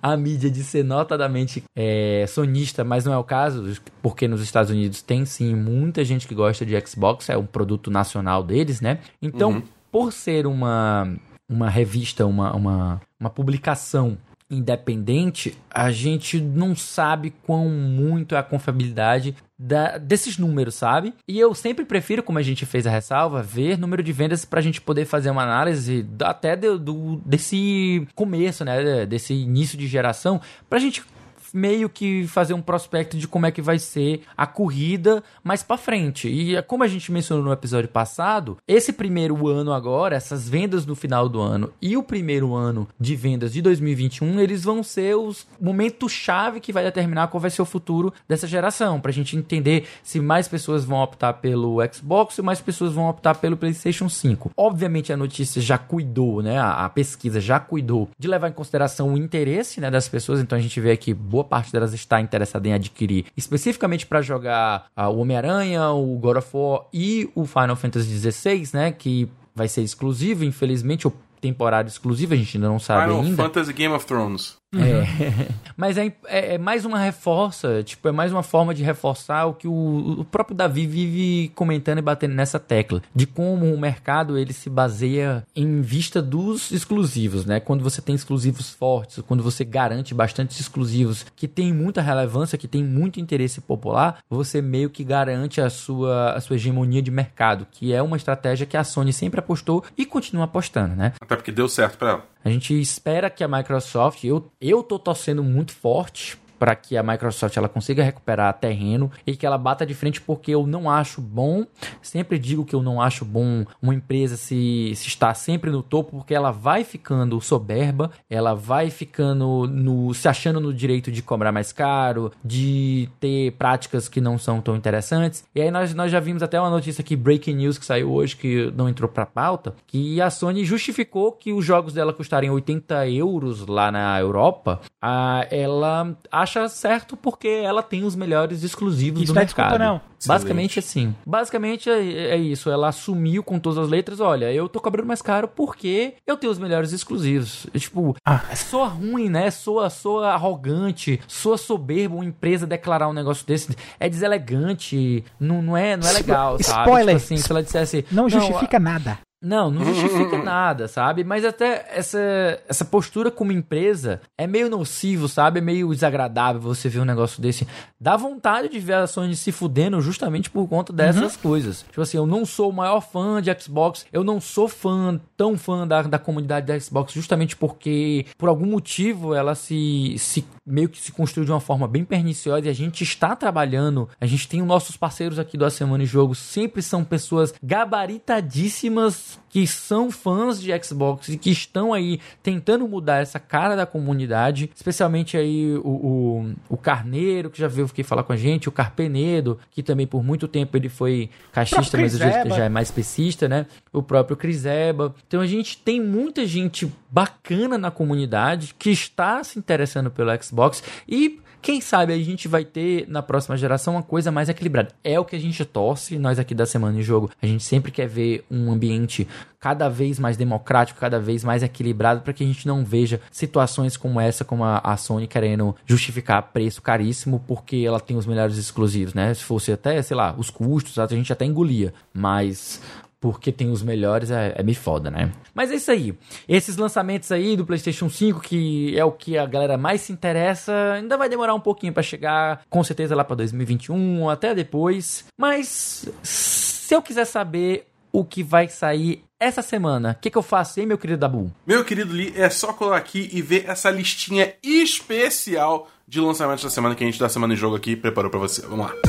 a mídia de ser notadamente é, sonista, mas não é o caso, porque nos Estados Unidos tem sim muita gente que gosta de Xbox, é um produto nacional deles, né? Então, uhum. por ser uma, uma revista, uma, uma, uma publicação independente, a gente não sabe quão muito é a confiabilidade da, desses números, sabe? E eu sempre prefiro, como a gente fez a ressalva, ver número de vendas pra gente poder fazer uma análise até do, do, desse começo, né? Desse início de geração, pra gente meio que fazer um prospecto de como é que vai ser a corrida mais pra frente. E como a gente mencionou no episódio passado, esse primeiro ano agora, essas vendas no final do ano e o primeiro ano de vendas de dois mil e vinte e um, eles vão ser os momentos-chave que vai determinar qual vai ser o futuro dessa geração, pra gente entender se mais pessoas vão optar pelo Xbox ou mais pessoas vão optar pelo PlayStation cinco. Obviamente a notícia já cuidou, né, a, a pesquisa já cuidou de levar em consideração o interesse, né, das pessoas, então a gente vê aqui boa parte delas está interessada em adquirir especificamente para jogar uh, o Homem-Aranha, o God of War e o Final Fantasy dezesseis, né, que vai ser exclusivo, infelizmente, ou temporário exclusivo, a gente ainda não sabe Final ainda. Final Fantasy Game of Thrones. É, mas é, é, é mais uma reforça, tipo, é mais uma forma de reforçar o que o, o próprio Davi vive comentando e batendo nessa tecla, de como o mercado ele se baseia em vista dos exclusivos, né? Quando você tem exclusivos fortes, quando você garante bastante exclusivos que tem muita relevância, que tem muito interesse popular, você meio que garante a sua, a sua hegemonia de mercado, que é uma estratégia que a Sony sempre apostou e continua apostando, né? Até porque deu certo pra ela. A gente espera que a Microsoft, eu, eu tô torcendo muito forte para que a Microsoft ela consiga recuperar terreno e que ela bata de frente, porque eu não acho bom, sempre digo que eu não acho bom uma empresa se, se estar sempre no topo, porque ela vai ficando soberba, ela vai ficando no, se achando no direito de cobrar mais caro, de ter práticas que não são tão interessantes. E aí nós, nós já vimos até uma notícia aqui, breaking news, que saiu hoje, que não entrou pra pauta, que a Sony justificou que os jogos dela custarem oitenta euros lá na Europa, a, ela acha certo porque ela tem os melhores exclusivos isso do não é mercado. Desculpa, não. Basicamente assim. Basicamente é, é isso. Ela assumiu com todas as letras, olha, eu tô cobrando mais caro porque eu tenho os melhores exclusivos. E, tipo, ah. soa ruim, né? Soa, soa arrogante, soa soberbo uma empresa declarar um negócio desse. É deselegante, não, não, é, não é legal, sabe? Spoiler! Tipo assim, se ela dissesse... Não, não justifica a... nada. Não, não justifica nada, sabe? Mas até essa, essa postura como empresa é meio nocivo, sabe? É meio desagradável você ver um negócio desse. Dá vontade de ver a Sony se fudendo justamente por conta dessas uhum. coisas. Tipo assim, eu não sou o maior fã de Xbox, eu não sou fã, tão fã da, da comunidade da Xbox, justamente porque, por algum motivo, ela se, se meio que se construiu de uma forma bem perniciosa e a gente está trabalhando, a gente tem os nossos parceiros aqui do A Semana em Jogo, sempre são pessoas gabaritadíssimas que são fãs de Xbox e que estão aí tentando mudar essa cara da comunidade, especialmente aí o, o, o Carneiro, que já veio aqui falar com a gente, o Carpenedo, que também por muito tempo ele foi caixista, mas hoje já é mais especista, né? O próprio Criseba. Então a gente tem muita gente bacana na comunidade que está se interessando pelo Xbox e quem sabe a gente vai ter na próxima geração uma coisa mais equilibrada. É o que a gente torce, nós aqui da Semana em Jogo. A gente sempre quer ver um ambiente cada vez mais democrático, cada vez mais equilibrado, para que a gente não veja situações como essa, como a, a Sony querendo justificar preço caríssimo porque ela tem os melhores exclusivos, né? Se fosse até, sei lá, os custos, a gente até engolia. Mas... porque tem os melhores, é, é meio foda, né? Mas é isso aí. Esses lançamentos aí do PlayStation cinco, que é o que a galera mais se interessa, ainda vai demorar um pouquinho pra chegar, com certeza lá pra dois mil e vinte e um, ou até depois. Mas, se eu quiser saber o que vai sair essa semana, o que, que eu faço, hein, meu querido Dabu? Meu querido Lee, é só colar aqui e ver essa listinha especial de lançamentos da semana que a gente da Semana em Jogo aqui preparou pra você. Vamos lá.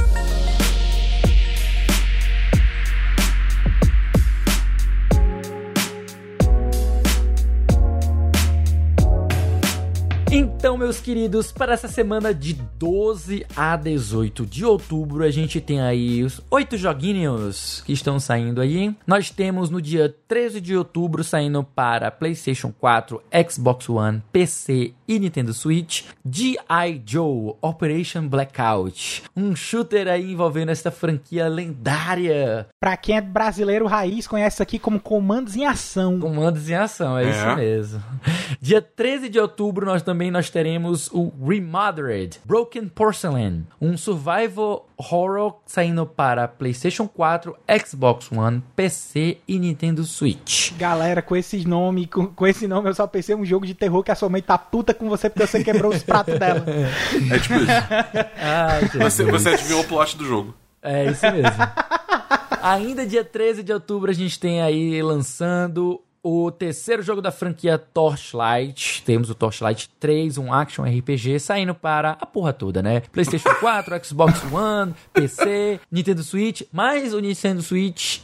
Então, meus queridos, para essa semana de doze a dezoito de outubro, a gente tem aí os oito joguinhos que estão saindo aí. Nós temos no dia treze de outubro saindo para PlayStation quatro, Xbox One, P C e Nintendo Switch, G I. Joe Operation Blackout, um shooter aí envolvendo essa franquia lendária. Pra quem é brasileiro raiz, conhece isso aqui como Comandos em Ação. Comandos em Ação, é, é. isso mesmo. Dia treze de outubro nós também nós teremos o Remothered, Broken Porcelain, um survival horror saindo para PlayStation quatro, Xbox One, P C e Nintendo Switch. Galera, com esse nome, com, com esse nome eu só pensei um jogo de terror que a sua mãe tá puta com você porque você quebrou os pratos dela. É tipo isso. Ai, você, você adivinhou o plot do jogo. É isso mesmo. Ainda dia treze de outubro a gente tem aí lançando o terceiro jogo da franquia Torchlight. Temos o Torchlight três, um action R P G saindo para a porra toda, né? PlayStation quatro, Xbox One, P C, Nintendo Switch. Mas o Nintendo Switch,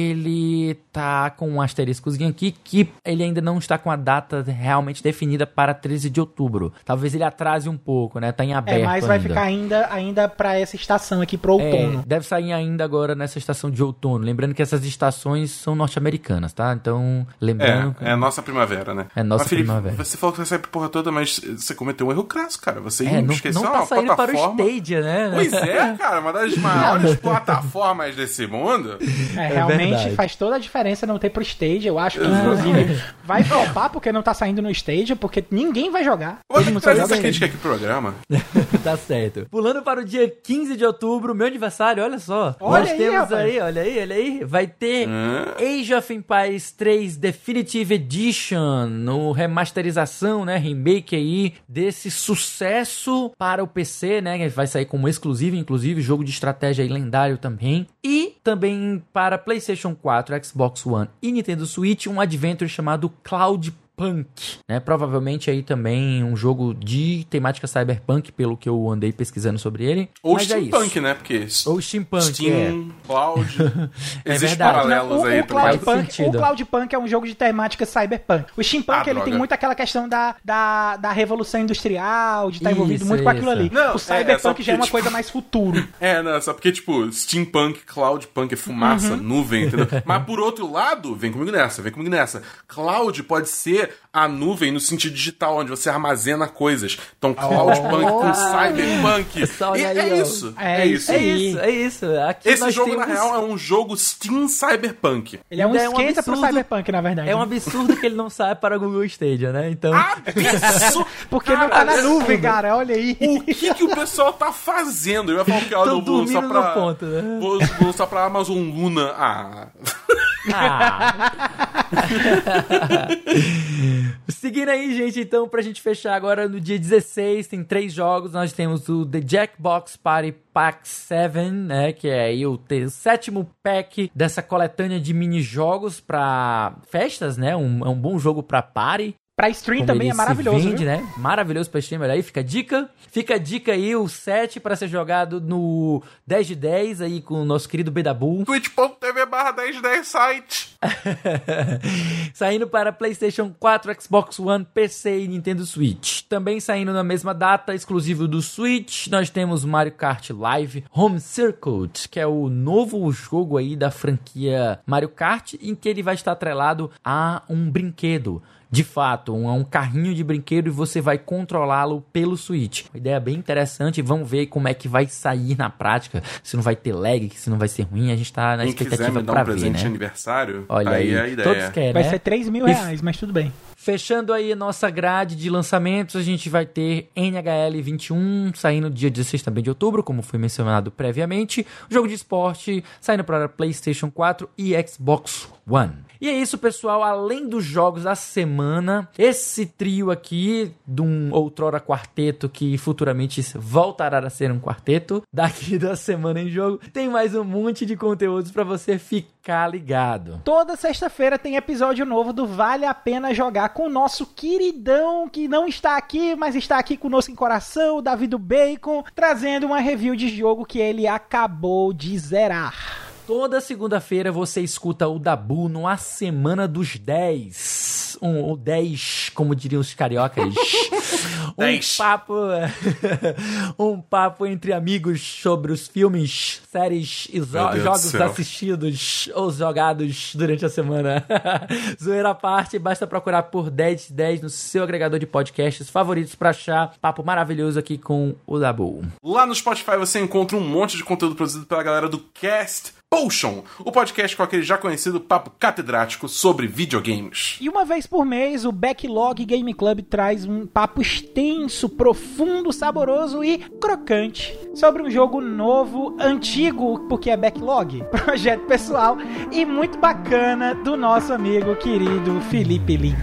ele tá com um asteriscozinho aqui que ele ainda não está com a data realmente definida para treze de outubro. Talvez ele atrase um pouco, né? Tá em aberto. É, mas vai ficar ainda, ainda para essa estação aqui, pro outono. É, deve sair ainda agora nessa estação de outono. Lembrando que essas estações são norte-americanas, tá? Então, lembrando... É, é a nossa primavera, né? É nossa mas, Felipe, primavera. Você falou que vai sair pra porra toda, mas você cometeu um erro crasso, cara. Você É, não, esqueceu não tá uma saindo plataforma... para o Stadia, né? Pois é, cara. Uma das maiores plataformas desse mundo. É, realmente verdade. faz toda a diferença não ter pro Stadia. Eu acho que, inclusive, vai flopar porque não tá saindo no Stadia, porque ninguém vai jogar. Eu vou ter Todo que mundo só trazer joga essa ele. crítica aqui pro programa. Tá certo. Pulando para o dia quinze de outubro, meu aniversário, olha só. Olha Nós aí, temos rapaz. aí, olha aí, olha aí. Vai ter Hã? Age of Empires três Definitive Edition, no remasterização, né, remake aí desse sucesso para o P C, né, vai sair como exclusivo, inclusive, jogo de estratégia aí lendário também. E também para PlayStation quatro, Xbox One e Nintendo Switch, um adventure chamado Cloud Punk, né? Provavelmente aí também um jogo de temática cyberpunk, pelo que eu andei pesquisando sobre ele. Ou Mas steampunk, é né? Porque Ou steampunk, Steam, Cloud... É Existem verdade. paralelos Não, o, aí o, também. Cloud Faz Punk, sentido. o Cloud Punk é um jogo de temática cyberpunk. O steampunk, Ah, ele tem droga. muito aquela questão da, da, da revolução industrial, de estar Isso, envolvido muito com aquilo isso. ali. Não, o é- cyberpunk é só já é porque, uma tipo- coisa mais futuro. É, não, só porque, tipo, steampunk, cloudpunk é fumaça, nuvem, entendeu? Mas por outro lado, vem comigo nessa, vem comigo nessa. Cloud pode ser a nuvem no sentido digital, onde você armazena coisas. Então, cloudpunk com cyberpunk. Só olha É, aí, é ó. isso, É é isso. É isso, é isso. Aqui Esse nós jogo, temos... na real, é um jogo Steam Cyberpunk. Ele é um Ainda é um esquenta pro absurdo. cyberpunk, na verdade. É um absurdo que ele não saia para o Google Stadia, né? Então... Absurdo! Porque não tá na Cara, nuvem, cara. Olha aí. O que, que o pessoal tá fazendo? Eu ia falar que eu Tão não vou só dormindo pra. no ponto, né? Vou, vou só pra Amazon Luna. Ah. Ah. Seguindo aí, gente, então, pra gente fechar agora no dia dezesseis, tem três jogos. Nós temos o The Jackbox Party Pack sete, né, que é aí o, te- o sétimo pack dessa coletânea de mini-jogos pra festas, né, um, é um bom jogo pra party. Pra stream Como também ele é maravilhoso, se vende, viu? né? Maravilhoso pra stream, olha aí, fica a dica. Fica a dica aí, o sete pra ser jogado no dez de dez aí com o nosso querido Bedabu. twitch.tv barra dez dez site. Saindo para PlayStation quatro, Xbox One, P C e Nintendo Switch. Também saindo na mesma data, exclusivo do Switch, nós temos Mario Kart Live Home Circuit, que é o novo jogo aí da franquia Mario Kart, em que ele vai estar atrelado a um brinquedo. De fato, um, um carrinho de brinquedo e você vai controlá-lo pelo Switch. Uma ideia bem interessante. Vamos ver como é que vai sair na prática. Se não vai ter lag, se não vai ser ruim. A gente tá na Quem quiser expectativa me dar pra um ver, presente de né? aniversário, Olha aí, aí é a ideia. todos querem, Vai né? ser três mil E- reais, mas tudo bem. Fechando aí a nossa grade de lançamentos, a gente vai ter N H L vinte e um, saindo dia dezesseis também de outubro, como foi mencionado previamente. Jogo de esporte, saindo para PlayStation quatro e Xbox One. E é isso, pessoal. Além dos jogos da semana, esse trio aqui, de um outrora quarteto que futuramente voltará a ser um quarteto, daqui da semana em jogo, tem mais um monte de conteúdos para você ficar ligado. Toda sexta-feira tem episódio novo do Vale a Pena Jogar com o nosso queridão que não está aqui, mas está aqui conosco em coração, o Davi do Bacon, trazendo uma review de jogo que ele acabou de zerar. Toda segunda-feira você escuta o Dabu no A Semana dos dez. Um, o dez, como diriam os cariocas. um dez. papo. um papo entre amigos sobre os filmes, séries e zo- Meu Deus do jogos céu. assistidos ou jogados durante a semana. Zoeira à parte, basta procurar por dez de dez no seu agregador de podcasts favoritos pra achar papo maravilhoso aqui com o Dabu. Lá no Spotify você encontra um monte de conteúdo produzido pela galera do Cast Potion, o podcast com aquele já conhecido papo catedrático sobre videogames. E uma vez por mês, o Backlog Game Club traz um papo extenso, profundo, saboroso e crocante sobre um jogo novo, antigo, porque é backlog, projeto pessoal e muito bacana do nosso amigo querido Felipe Lin.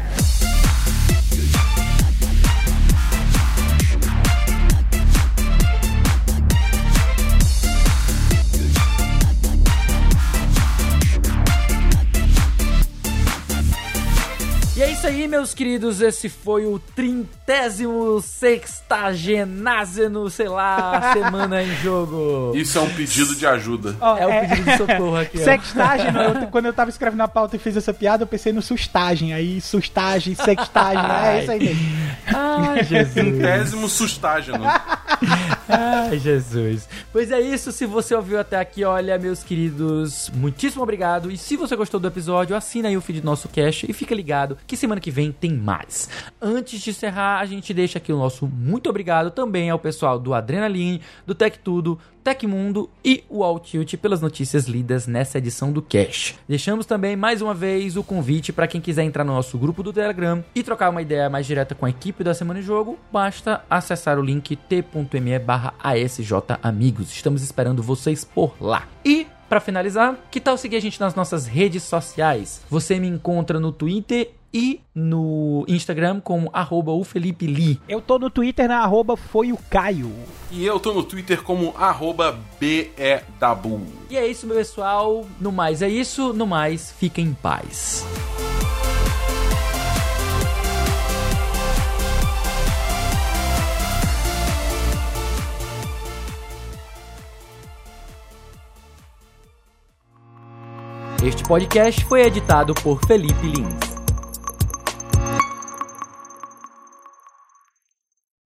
E é isso aí, meus queridos, esse foi o trintésimo sextagenásimo, sei lá, semana em jogo. Isso é um pedido de ajuda. Oh, é, é um pedido de socorro aqui. Sextágeno, eu, quando eu tava escrevendo a pauta e fiz essa piada, eu pensei no sustagem, aí sustagem, sextagem, é isso aí mesmo. Ai, Jesus. Trintésimo sustágeno. Ai, Jesus. Pois é isso, se você ouviu até aqui, olha, meus queridos, muitíssimo obrigado. E se você gostou do episódio, assina aí o feed do nosso cast e fica ligado que semana que vem tem mais. Antes de encerrar, a gente deixa aqui o nosso muito obrigado também ao pessoal do Adrenaline, do Tech Tudo, Tecmundo e o All Tilt pelas notícias lidas nessa edição do Cast. Deixamos também mais uma vez o convite para quem quiser entrar no nosso grupo do Telegram e trocar uma ideia mais direta com a equipe da Semana em Jogo, basta acessar o link t.me barra asjamigos. Estamos esperando vocês por lá. E para finalizar, que tal seguir a gente nas nossas redes sociais? Você me encontra no Twitter e no Instagram como arroba o Felipe Li. Eu tô no Twitter na arroba foi o Caio. E eu tô no Twitter como arroba bedabu. E é isso, meu pessoal. No mais é isso, no mais fiquem em paz. Este podcast foi editado por Felipe Lins.